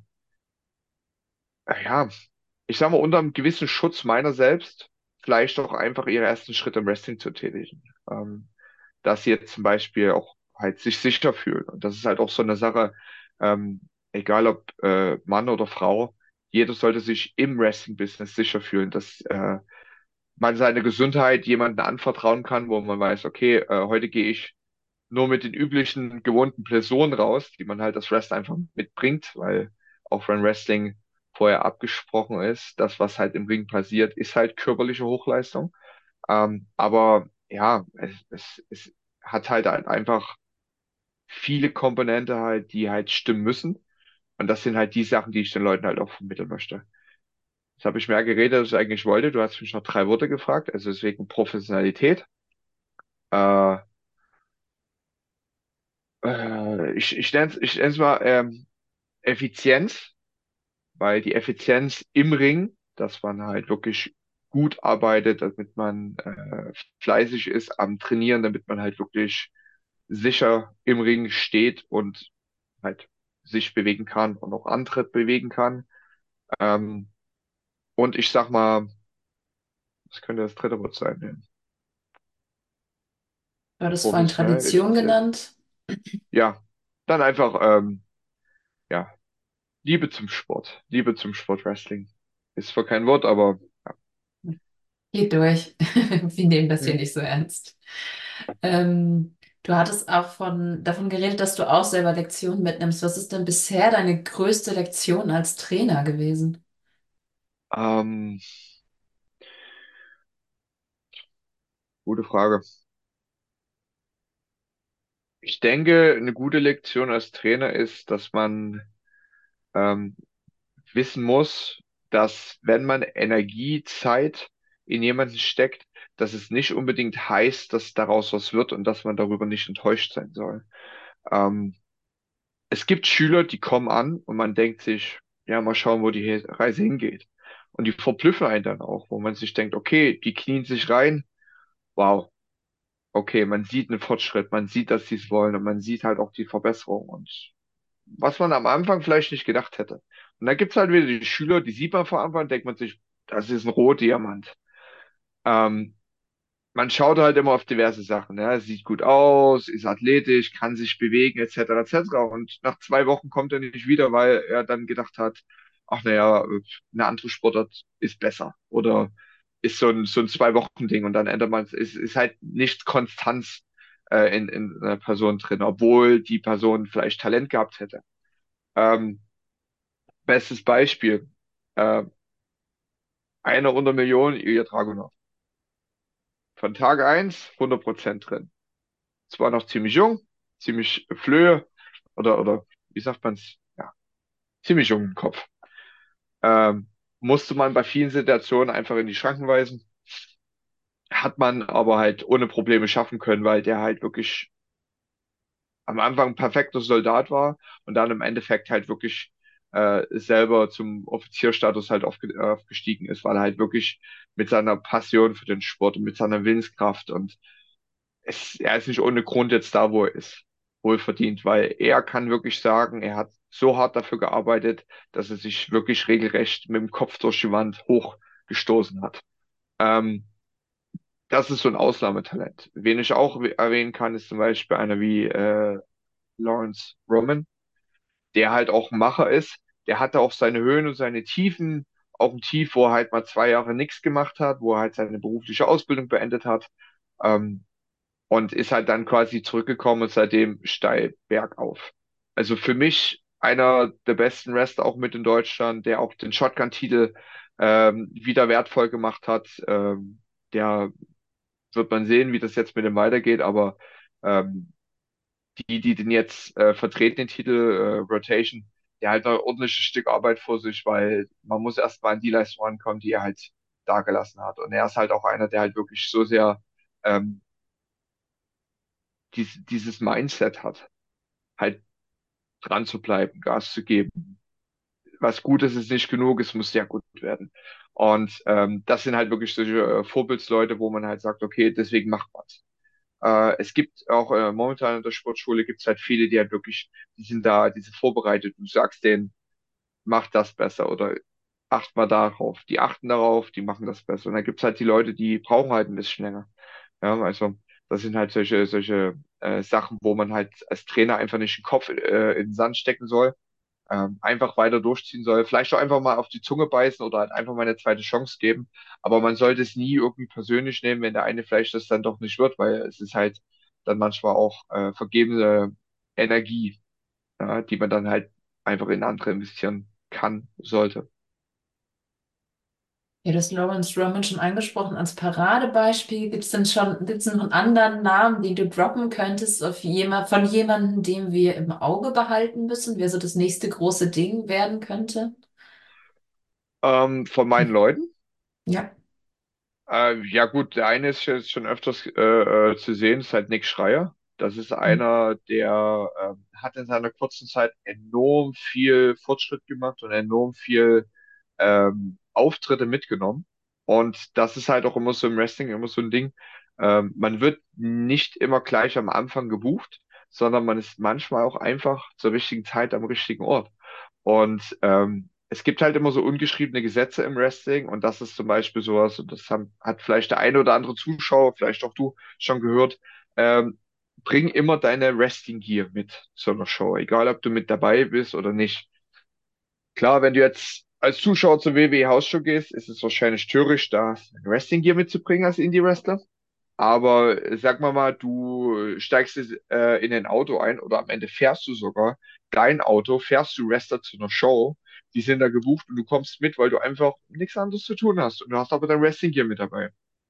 ja, ich sag mal, unter einem gewissen Schutz meiner selbst vielleicht auch einfach ihre ersten Schritte im Wrestling zu tätigen. Dass sie jetzt zum Beispiel auch halt sich sicher fühlen. Und das ist halt auch so eine Sache, ähm, egal ob Mann oder Frau, jeder sollte sich im Wrestling-Business sicher fühlen, dass man seine Gesundheit jemandem anvertrauen kann, wo man weiß, okay, heute gehe ich nur mit den üblichen gewohnten Personen raus, die man halt das Wrestling einfach mitbringt, weil auch wenn Wrestling vorher abgesprochen ist, das, was halt im Ring passiert, ist halt körperliche Hochleistung. Aber ja, es hat halt einfach viele Komponente halt, die halt stimmen müssen. Und das sind halt die Sachen, die ich den Leuten halt auch vermitteln möchte. Jetzt habe ich mehr geredet, als ich eigentlich wollte. Du hast mich noch 3 Worte gefragt, also deswegen Professionalität. Äh, ich nenn's mal Effizienz, weil die Effizienz im Ring, dass man halt wirklich gut arbeitet, damit man fleißig ist am Trainieren, damit man halt wirklich sicher im Ring steht und halt sich bewegen kann und auch andere bewegen kann. Ähm, und ich sag mal, was könnte das dritte Wort sein? Ja. Du hattest vorhin Professionell, Tradition effizient. genannt. Ja, dann einfach, ja, Liebe zum Sport. Liebe zum Sport Wrestling. Ist zwar kein Wort, aber ja. Geht durch. Wir nehmen das hier Hm. nicht so ernst. Du hattest auch davon geredet, dass du auch selber Lektionen mitnimmst. Was ist denn bisher deine größte Lektion als Trainer gewesen? Ähm, gute Frage. Ich denke, eine gute Lektion als Trainer ist, dass man ähm, wissen muss, dass wenn man Energie, Zeit in jemanden steckt, dass es nicht unbedingt heißt, dass daraus was wird und dass man darüber nicht enttäuscht sein soll. Ähm, es gibt Schüler, die kommen an und man denkt sich, ja, mal schauen, wo die Reise hingeht. Und die verblüffen einen dann auch, wo man sich denkt, okay, die knien sich rein, wow, okay, man sieht einen Fortschritt, man sieht, dass sie es wollen und man sieht halt auch die Verbesserung und was man am Anfang vielleicht nicht gedacht hätte. Und dann gibt's halt wieder die Schüler, die sieht man vor Anfang, denkt man sich, das ist ein Rohdiamant. Ähm, man schaut halt immer auf diverse Sachen. Ja. Sieht gut aus, ist athletisch, kann sich bewegen, etc., etc. Und nach 2 Wochen kommt er nicht wieder, weil er dann gedacht hat, ach naja, eine andere Sportart ist besser. Oder ist so ein 2 Wochen-Ding und dann ändert man es. Ist halt nicht Konstanz in einer Person drin, obwohl die Person vielleicht Talent gehabt hätte. Ähm, bestes Beispiel. Äh, einer unter Millionen, Ilya Dragunov. Von Tag 1 100% drin. Zwar noch ziemlich jung, ziemlich flöhe oder wie sagt man's? Ja, ziemlich jung im Kopf. Ähm, musste man bei vielen Situationen einfach in die Schranken weisen. Hat man aber halt ohne Probleme schaffen können, weil der halt wirklich am Anfang ein perfekter Soldat war und dann im Endeffekt halt wirklich selber zum Offizierstatus halt aufgestiegen ist, weil er halt wirklich mit seiner Passion für den Sport und mit seiner Willenskraft und er ist nicht ohne Grund jetzt da, wo er ist. Wohlverdient, weil er kann wirklich sagen, er hat so hart dafür gearbeitet, dass er sich wirklich regelrecht mit dem Kopf durch die Wand hochgestoßen hat. Ähm, das ist so ein Ausnahmetalent. Wen ich auch erwähnen kann, ist zum Beispiel einer wie Lawrence Roman, der halt auch ein Macher ist. Der hatte auch seine Höhen und seine Tiefen, auch ein Tief, wo er halt mal 2 Jahre nichts gemacht hat, wo er halt seine berufliche Ausbildung beendet hat. Ähm, und ist halt dann quasi zurückgekommen und seitdem steil bergauf. Also für mich einer der besten Wrestler auch mit in Deutschland, der auch den Shotgun-Titel wieder wertvoll gemacht hat. Der wird man sehen, wie das jetzt mit dem weitergeht, aber ähm, die den jetzt vertreten, den Titel Rotation, der halt noch ein ordentliches Stück Arbeit vor sich, weil man muss erst mal an die Leistung rankommen, die er halt dargelassen hat. Und er ist halt auch einer, der halt wirklich so sehr ähm, dieses Mindset hat, halt dran zu bleiben, Gas zu geben. Was gut ist, ist nicht genug, es muss sehr gut werden. Und das sind halt wirklich solche Vorbildsleute, wo man halt sagt, okay, deswegen macht man's. Es gibt auch momentan in der Sportschule gibt es halt viele, die halt wirklich, die sind da, die sind vorbereitet. Du sagst denen, mach das besser oder acht mal darauf. Die achten darauf, die machen das besser. Und dann gibt es halt die Leute, die brauchen halt ein bisschen länger. Ja, also das sind halt solche Sachen, wo man halt als Trainer einfach nicht den Kopf in den Sand stecken soll, einfach weiter durchziehen soll, vielleicht auch einfach mal auf die Zunge beißen oder halt einfach mal eine zweite Chance geben. Aber man sollte es nie irgendwie persönlich nehmen, wenn der eine vielleicht das dann doch nicht wird, weil es ist halt dann manchmal auch vergebene Energie, ja, die man dann halt einfach in andere investieren kann, sollte. Ja, das Lawrence Roman schon angesprochen als Paradebeispiel. Gibt's noch einen anderen Namen, den du droppen könntest von jemandem, den wir im Auge behalten müssen, wer so das nächste große Ding werden könnte? Von meinen Leuten. Ja. Ja gut, der eine ist jetzt schon öfters zu sehen, ist halt Nick Schreier. Das ist Hm. einer, der hat in seiner kurzen Zeit enorm viel Fortschritt gemacht und enorm viel Auftritte mitgenommen. Und das ist halt auch immer so im Wrestling immer so ein Ding. Man wird nicht immer gleich am Anfang gebucht, sondern man ist manchmal auch einfach zur richtigen Zeit am richtigen Ort. Und es gibt halt immer so ungeschriebene Gesetze im Wrestling und das ist zum Beispiel sowas, und hat vielleicht der eine oder andere Zuschauer, vielleicht auch du schon gehört, bring immer deine Wrestling Gear mit zu einer Show, egal ob du mit dabei bist oder nicht. Klar, wenn du jetzt als Zuschauer zur WWE Hausshow gehst, ist es wahrscheinlich töricht, da Wrestling Gear mitzubringen als Indie-Wrestler. Aber sag mal, du steigst in ein Auto ein oder am Ende fährst du sogar dein Auto, fährst du Wrestler zu einer Show, die sind da gebucht und du kommst mit, weil du einfach nichts anderes zu tun hast. Und du hast aber dein Wrestling Gear mit dabei.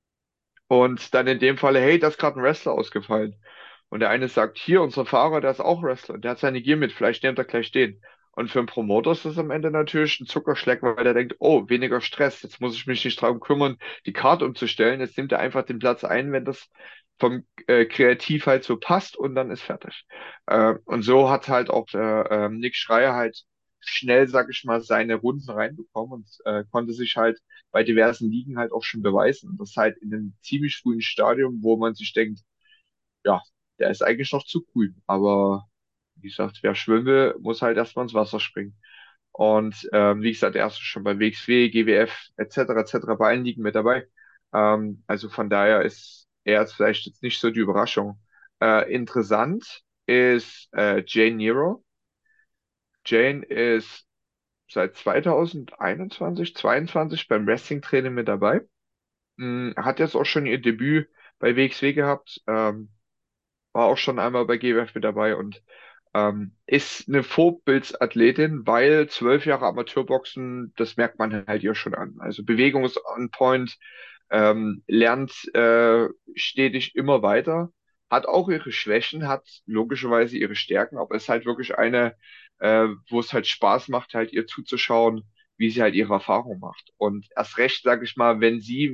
Und dann in dem Falle, hey, da ist gerade ein Wrestler ausgefallen. Und der eine sagt, hier, unser Fahrer, der ist auch Wrestler, der hat seine Gear mit, vielleicht nimmt er gleich den. Und für einen Promoter ist das am Ende natürlich ein Zuckerschleck, weil der denkt, oh, weniger Stress, jetzt muss ich mich nicht darum kümmern, die Karte umzustellen. Jetzt nimmt er einfach den Platz ein, wenn das vom Kreativ halt so passt und dann ist fertig. Und so hat halt auch der Nick Schreier halt schnell, sag ich mal, seine Runden reinbekommen und konnte sich halt bei diversen Ligen halt auch schon beweisen. Das halt in einem ziemlich frühen Stadium, wo man sich denkt, ja, der ist eigentlich noch zu grün. Aber wie gesagt, wer schwimmen will, muss halt erstmal ins Wasser springen. Und wie gesagt, er ist schon bei WXW, GWF etc. bei allen Ligen mit dabei. Also von daher ist er jetzt vielleicht jetzt nicht so die Überraschung. Interessant ist Jane Nero. Jane ist seit 2021, 22 beim Wrestling-Training mit dabei. Hat jetzt auch schon ihr Debüt bei WXW gehabt, war auch schon einmal bei GWF mit dabei und ist eine Vorbildsathletin, weil 12 Jahre Amateurboxen, das merkt man halt ihr schon an. Also Bewegung ist on point, lernt stetig immer weiter, hat auch ihre Schwächen, hat logischerweise ihre Stärken, aber ist halt wirklich eine, wo es halt Spaß macht, halt ihr zuzuschauen, wie sie halt ihre Erfahrung macht. Und erst recht, sage ich mal, wenn sie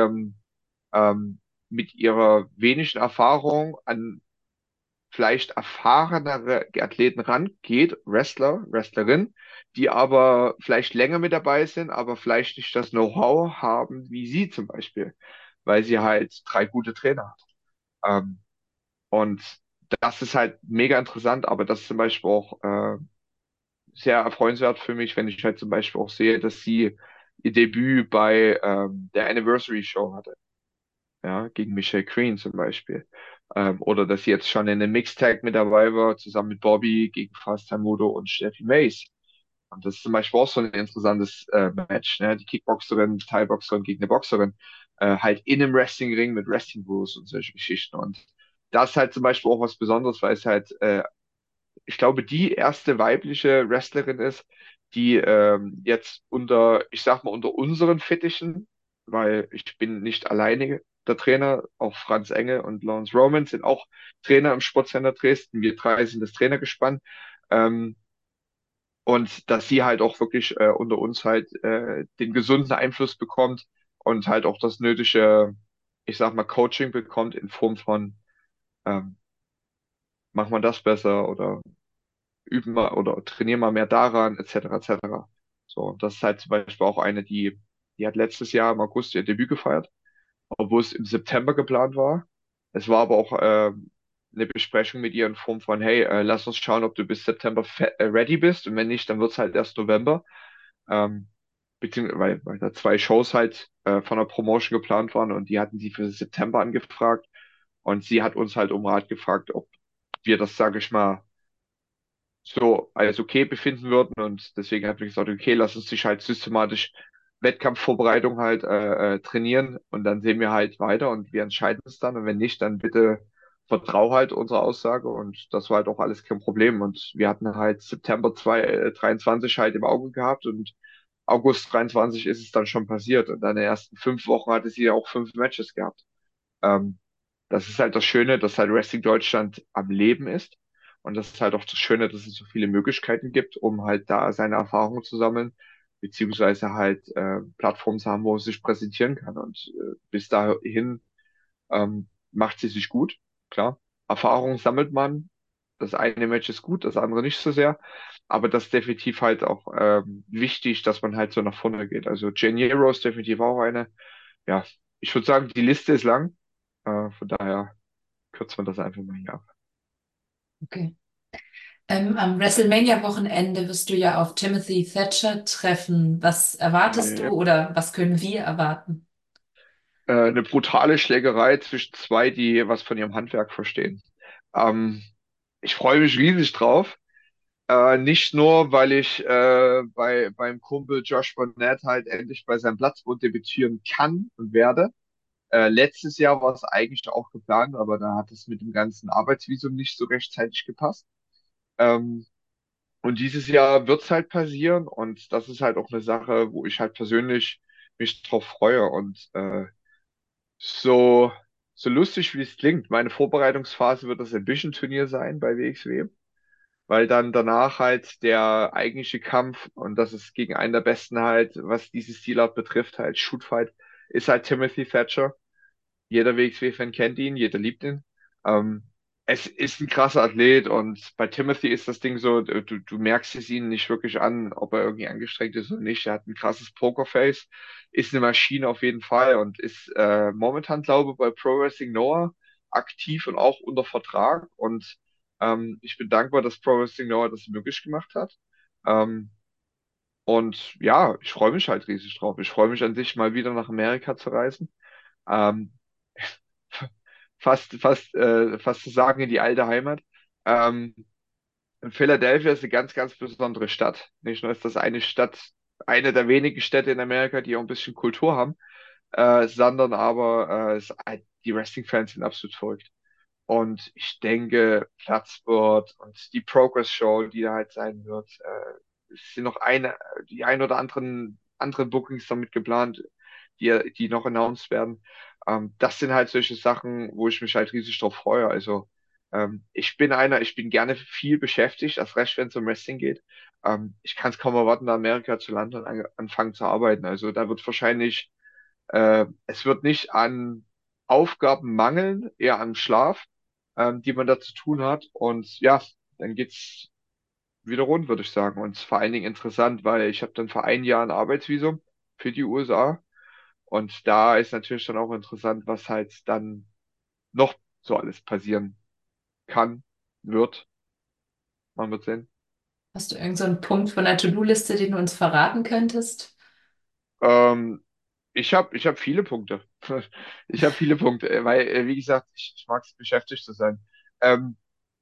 ähm, mit ihrer wenigen Erfahrung an vielleicht erfahrenere Athleten rangeht, Wrestler, Wrestlerin, die aber vielleicht länger mit dabei sind, aber vielleicht nicht das Know-how haben, wie sie zum Beispiel, weil sie halt drei gute Trainer hat. Ähm, und das ist halt mega interessant, aber das ist zum Beispiel auch sehr erfreuenswert für mich, wenn ich halt zum Beispiel auch sehe, dass sie ihr Debüt bei der Anniversary Show hatte, ja, gegen Michelle Green zum Beispiel. Oder dass sie jetzt schon in einem Mixtag mit dabei war, zusammen mit Bobby gegen Fast Mudo und Steffi Mace. Und das ist zum Beispiel auch so ein interessantes Match, ne? Die Kickboxerin, Thai-Boxerin gegen eine Boxerin, halt in einem Wrestling-Ring mit Wrestling Rules und solche Geschichten. Und das ist halt zum Beispiel auch was Besonderes, weil es halt, ich glaube, die erste weibliche Wrestlerin ist, die jetzt unter, ich sag mal, unter unseren Fittichen, weil ich bin nicht alleine der Trainer, auch Franz Engel und Lawrence Roman sind auch Trainer im Sportcenter Dresden. Wir drei sind das Trainergespann. Ähm, und dass sie halt auch wirklich unter uns halt den gesunden Einfluss bekommt und halt auch das nötige, ich sag mal, Coaching bekommt in Form von, ähm, mach mal das besser oder üben mal oder trainieren mal mehr daran, etc. etc. So, und das ist halt zum Beispiel auch eine, die hat letztes Jahr im August ihr Debüt gefeiert, obwohl es im September geplant war. Es war aber auch eine Besprechung mit ihr in Form von, hey, lass uns schauen, ob du bis September ready bist und wenn nicht, dann wird's halt erst November. Ähm, beziehungsweise, weil da zwei Shows halt von der Promotion geplant waren und die hatten sie für September angefragt und sie hat uns halt um Rat gefragt, ob wir das, sage ich mal, so als okay befinden würden und deswegen hat wir gesagt, okay, lass uns dich halt systematisch Wettkampfvorbereitung halt trainieren und dann sehen wir halt weiter und wir entscheiden es dann und wenn nicht, dann bitte vertrau halt unserer Aussage und das war halt auch alles kein Problem und wir hatten halt September 23 halt im Auge gehabt und August 23 ist es dann schon passiert und dann in den ersten 5 Wochen hatte sie ja auch 5 Matches gehabt. Ähm, Das ist halt das Schöne, dass halt Wrestling Deutschland am Leben ist. Und das ist halt auch das Schöne, dass es so viele Möglichkeiten gibt, um halt da seine Erfahrungen zu sammeln, beziehungsweise halt Plattformen zu haben, wo er sich präsentieren kann. Und bis dahin macht sie sich gut, klar. Erfahrungen sammelt man. Das eine Match ist gut, das andere nicht so sehr. Aber das ist definitiv halt auch wichtig, dass man halt so nach vorne geht. Also Jane Hero ist definitiv auch eine. Ja, ich würde sagen, die Liste ist lang. Von daher kürzen wir das einfach mal hier ab. Okay. Am WrestleMania-Wochenende wirst du ja auf Timothy Thatcher treffen. Was erwartest du Ja. oder was können wir erwarten? Eine brutale Schlägerei zwischen zwei, die was von ihrem Handwerk verstehen. Ähm, Ich freue mich riesig drauf. Nicht nur, weil ich beim Kumpel Josh Barnett halt endlich bei seinem Platzwund debütieren kann und werde. Letztes Jahr war es eigentlich auch geplant, aber da hat es mit dem ganzen Arbeitsvisum nicht so rechtzeitig gepasst. Ähm, und dieses Jahr wird es halt passieren und das ist halt auch eine Sache, wo ich halt persönlich mich drauf freue und so, so lustig wie es klingt, meine Vorbereitungsphase wird das Ambition-Turnier sein bei WXW, weil dann danach halt der eigentliche Kampf, und das ist gegen einen der besten halt, was dieses Stilart betrifft, halt Shootfight, ist halt Timothy Thatcher. Jeder WXW-Fan kennt ihn, jeder liebt ihn. Ähm, Es ist ein krasser Athlet und bei Timothy ist das Ding so, du merkst es ihm nicht wirklich an, ob er irgendwie angestrengt ist oder nicht. Er hat ein krasses Pokerface, ist eine Maschine auf jeden Fall und ist momentan, glaube ich, bei Pro Wrestling Noah aktiv und auch unter Vertrag. Und ich bin dankbar, dass Pro Wrestling Noah das möglich gemacht hat. Ähm, und ja, ich freue mich halt riesig drauf. Ich freue mich an sich mal wieder nach Amerika zu reisen. Ähm, fast zu sagen in die alte Heimat. Ähm, Philadelphia ist eine ganz, ganz besondere Stadt. Nicht nur ist das eine Stadt, eine der wenigen Städte in Amerika, die auch ein bisschen Kultur haben, sondern aber die Wrestling-Fans sind absolut verrückt. Und ich denke, Platzwort und die Progress Show, die da halt sein wird, es sind noch die ein oder anderen Bookings damit geplant, die noch announced werden. Das sind halt solche Sachen, wo ich mich halt riesig drauf freue. Also ich bin gerne viel beschäftigt, erst recht, wenn es um Wrestling geht. Ich kann es kaum erwarten, nach Amerika zu landen und anfangen zu arbeiten. Also da wird wahrscheinlich, es wird nicht an Aufgaben mangeln, eher an Schlaf, die man da zu tun hat. Und ja, dann geht's wieder rund, würde ich sagen. Und vor allen Dingen interessant, weil ich habe dann für ein Jahr ein Arbeitsvisum für die USA. Und da ist natürlich dann auch interessant, was halt dann noch so alles passieren kann, wird. Man wird sehen. Hast du irgend so einen Punkt von der To-Do-Liste, den du uns verraten könntest? Ähm, ich hab viele Punkte. Ich habe viele Punkte, weil, wie gesagt, ich mag es, beschäftigt zu sein. Ähm,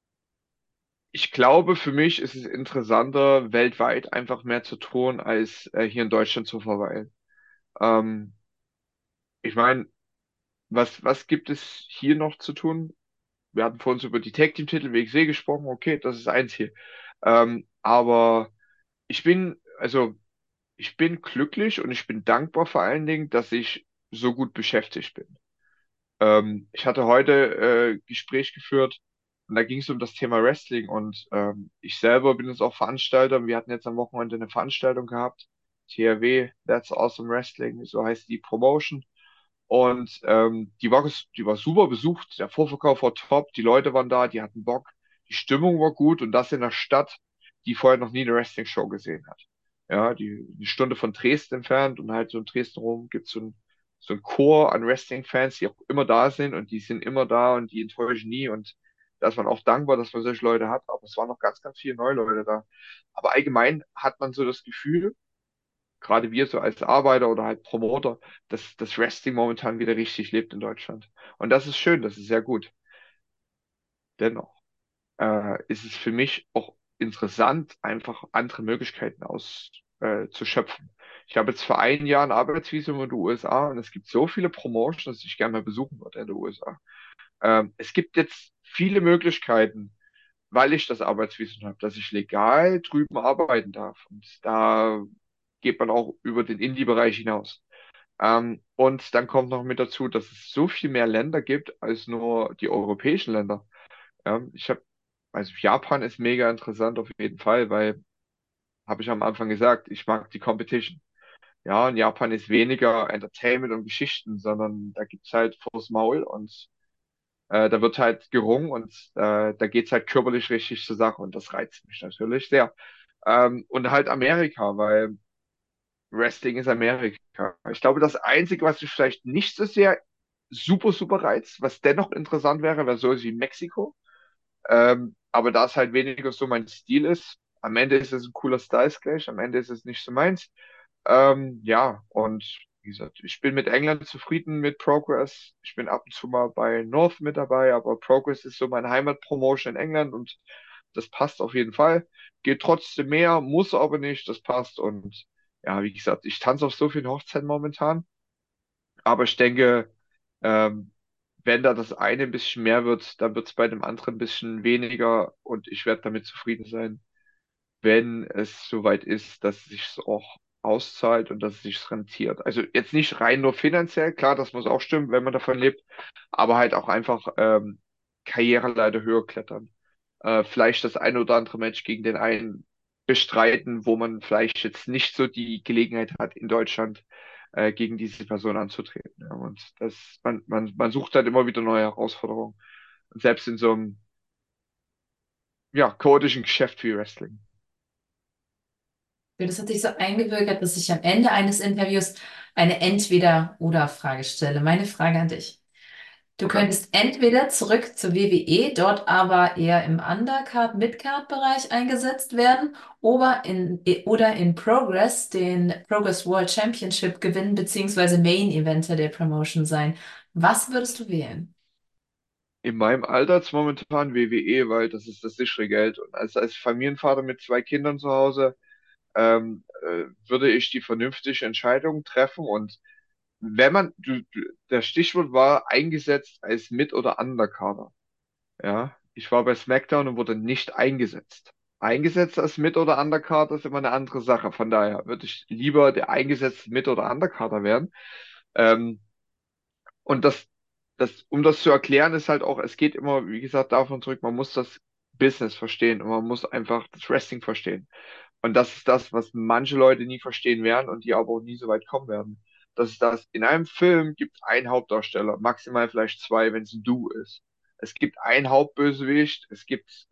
Ich glaube, für mich ist es interessanter, weltweit einfach mehr zu tun, als hier in Deutschland zu verweilen. Ähm, Ich meine, was gibt es hier noch zu tun? Wir hatten vor uns über die Tag Team Titel WXW gesprochen. Okay, das ist eins hier. Aber also ich bin glücklich und ich bin dankbar vor allen Dingen, dass ich so gut beschäftigt bin. Ich hatte heute Gespräch geführt und da ging es um das Thema Wrestling und ich selber bin jetzt auch Veranstalter. Wir hatten jetzt am Wochenende eine Veranstaltung gehabt, TRW, That's Awesome Wrestling, so heißt die Promotion. Und die war super besucht, der Vorverkauf war top, die Leute waren da, die hatten Bock, die Stimmung war gut und das in einer Stadt, die vorher noch nie eine Wrestling-Show gesehen hat. Ja, die eine Stunde von Dresden entfernt und halt so in Dresden rum gibt es so ein Chor an Wrestling-Fans, die auch immer da sind und die sind immer da und die enttäuschen nie und da ist man auch dankbar, dass man solche Leute hat, aber es waren noch ganz, ganz viele neue Leute da. Aber allgemein hat man so das Gefühl, gerade wir so als Arbeiter oder halt Promoter, dass das Wrestling momentan wieder richtig lebt in Deutschland. Und das ist schön, das ist sehr gut. Dennoch ist es für mich auch interessant, einfach andere Möglichkeiten zu schöpfen. Ich habe jetzt für ein Jahr ein Arbeitsvisum in den USA und es gibt so viele Promotions, dass ich gerne mal besuchen würde in den USA. Es gibt jetzt viele Möglichkeiten, weil ich das Arbeitsvisum habe, dass ich legal drüben arbeiten darf. Und da geht man auch über den Indie-Bereich hinaus. Und dann kommt noch mit dazu, dass es so viel mehr Länder gibt als nur die europäischen Länder. Also Japan ist mega interessant auf jeden Fall, weil, habe ich am Anfang gesagt, ich mag die Competition. Ja, in Japan ist weniger Entertainment und Geschichten, sondern da gibt's halt vors Maul und da wird halt gerungen und da geht's halt körperlich richtig zur Sache und das reizt mich natürlich sehr. Und halt Amerika, weil Wrestling ist Amerika. Ich glaube, das Einzige, was mich vielleicht nicht so sehr super, super reizt, was dennoch interessant wäre, wäre sowas wie Mexiko. Aber da es halt weniger so mein Stil ist, am Ende ist es ein cooler Style Clash, am Ende ist es nicht so meins. Ja, und wie gesagt, ich bin mit England zufrieden mit Progress. Ich bin ab und zu mal bei North mit dabei, aber Progress ist so meine Heimatpromotion in England und das passt auf jeden Fall. Geht trotzdem mehr, muss aber nicht, das passt. Und ja, wie gesagt, ich tanze auf so vielen Hochzeiten momentan, aber ich denke, ähm, wenn da das eine ein bisschen mehr wird, dann wird es bei dem anderen ein bisschen weniger und ich werde damit zufrieden sein, wenn es soweit ist, dass es sich auch auszahlt und dass es sich rentiert. Also jetzt nicht rein nur finanziell, klar, das muss auch stimmen, wenn man davon lebt, aber halt auch einfach Karriereleiter höher klettern. Vielleicht das eine oder andere Match gegen den einen bestreiten, wo man vielleicht jetzt nicht so die Gelegenheit hat, in Deutschland gegen diese Person anzutreten. Ja, und man sucht halt immer wieder neue Herausforderungen. Und selbst in so einem, ja, chaotischen Geschäft wie Wrestling. Das hat sich so eingebürgert, dass ich am Ende eines Interviews eine Entweder-oder-Frage stelle. Meine Frage an dich. Du Okay. könntest entweder zurück zur WWE, dort aber eher im Undercard, Midcard-Bereich eingesetzt werden oder in Progress den Progress World Championship gewinnen, beziehungsweise Main Eventer der Promotion sein. Was würdest du wählen? In meinem Alter jetzt momentan WWE, weil das ist das sichere Geld. Und als Familienvater mit zwei Kindern zu Hause würde ich die vernünftige Entscheidung treffen. Und wenn das Stichwort war eingesetzt als Mit- oder Undercarder. Ja, ich war bei SmackDown und wurde nicht eingesetzt. Eingesetzt als Mit- oder Undercarder ist immer eine andere Sache. Von daher würde ich lieber der eingesetzte Mit- oder Undercarder werden. Ähm, und um das zu erklären, ist halt auch, es geht immer, wie gesagt, davon zurück, man muss das Business verstehen und man muss einfach das Wrestling verstehen. Und das ist das, was manche Leute nie verstehen werden und die aber auch nie so weit kommen werden. Das ist das, in einem Film gibt es einen Hauptdarsteller, maximal vielleicht zwei, wenn es ein Duo ist. Es gibt einen Hauptbösewicht, es gibt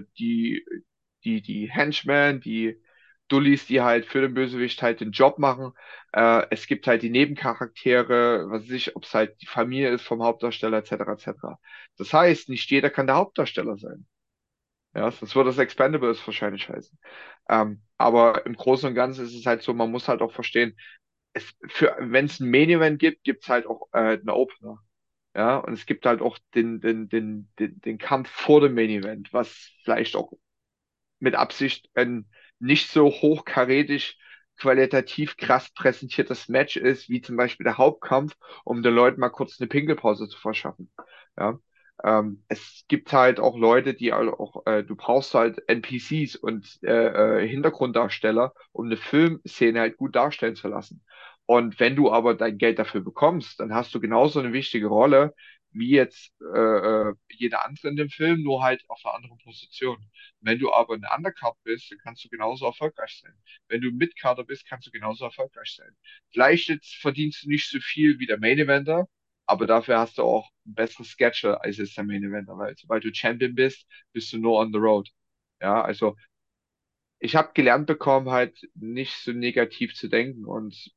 die Henchmen, die Dullis, die halt für den Bösewicht halt den Job machen. Es gibt halt die Nebencharaktere, was weiß ich, ob es halt die Familie ist vom Hauptdarsteller, etc., etc. Das heißt, nicht jeder kann der Hauptdarsteller sein. Ja, sonst würde das Expendables wahrscheinlich heißen. Aber im Großen und Ganzen ist es halt so, man muss halt auch verstehen, wenn es ein Main Event gibt, gibt es halt auch einen Opener. Ja, und es gibt halt auch den Kampf vor dem Main Event, was vielleicht auch mit Absicht ein nicht so hochkarätig, qualitativ krass präsentiertes Match ist, wie zum Beispiel der Hauptkampf, um den Leuten mal kurz eine Pinkelpause zu verschaffen. Ja. Es gibt halt auch Leute, du brauchst halt NPCs und Hintergrunddarsteller, um eine Filmszene halt gut darstellen zu lassen. Und wenn du aber dein Geld dafür bekommst, dann hast du genauso eine wichtige Rolle wie jetzt jeder andere in dem Film, nur halt auf einer anderen Position. Wenn du aber ein Undercard bist, dann kannst du genauso erfolgreich sein. Wenn du ein Midcarder bist, kannst du genauso erfolgreich sein. Vielleicht jetzt verdienst du nicht so viel wie der Main Eventer, aber dafür hast du auch ein besseres Schedule als jetzt der Main Eventer, weil sobald du Champion bist, bist du nur on the road. Ja, also ich habe gelernt bekommen, halt nicht so negativ zu denken und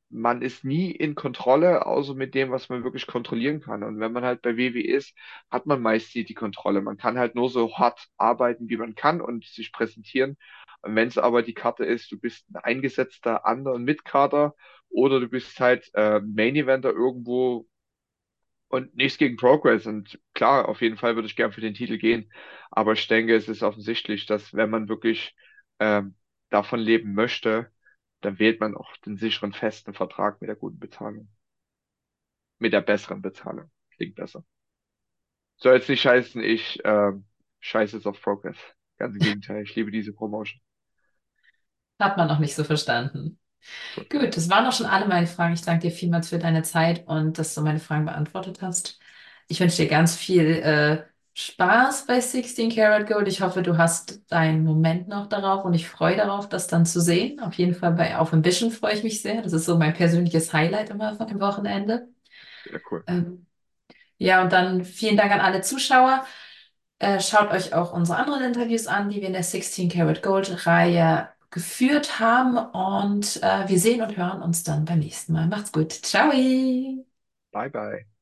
man ist nie in Kontrolle, außer mit dem, was man wirklich kontrollieren kann. Und wenn man halt bei WWE ist, hat man meist nie die Kontrolle. Man kann halt nur so hart arbeiten, wie man kann und sich präsentieren. Und wenn es aber die Karte ist, du bist ein eingesetzter anderen Mitkader oder du bist halt Main Eventer irgendwo und nichts gegen Progress. Und klar, auf jeden Fall würde ich gern für den Titel gehen. Aber ich denke, es ist offensichtlich, dass wenn man wirklich ähm, davon leben möchte, dann wählt man auch den sicheren festen Vertrag mit der guten Bezahlung. Mit der besseren Bezahlung. Klingt besser. Soll jetzt nicht heißen, ich scheiße jetzt auf Progress. Ganz im Gegenteil, ich liebe diese Promotion. Hat man noch nicht so verstanden. Total. Gut, das waren auch schon alle meine Fragen. Ich danke dir vielmals für deine Zeit und dass du meine Fragen beantwortet hast. Ich wünsche dir ganz viel Spaß bei 16 Karat Gold. Ich hoffe, du hast deinen Moment noch darauf und ich freue darauf, das dann zu sehen. Auf jeden Fall bei Auf Ambition freue ich mich sehr. Das ist so mein persönliches Highlight immer von dem Wochenende. Sehr cool. Ähm, ja, und dann vielen Dank an alle Zuschauer. Schaut euch auch unsere anderen Interviews an, die wir in der 16 Karat Gold Reihe geführt haben. Und wir sehen und hören uns dann beim nächsten Mal. Macht's gut. Ciao! Bye bye.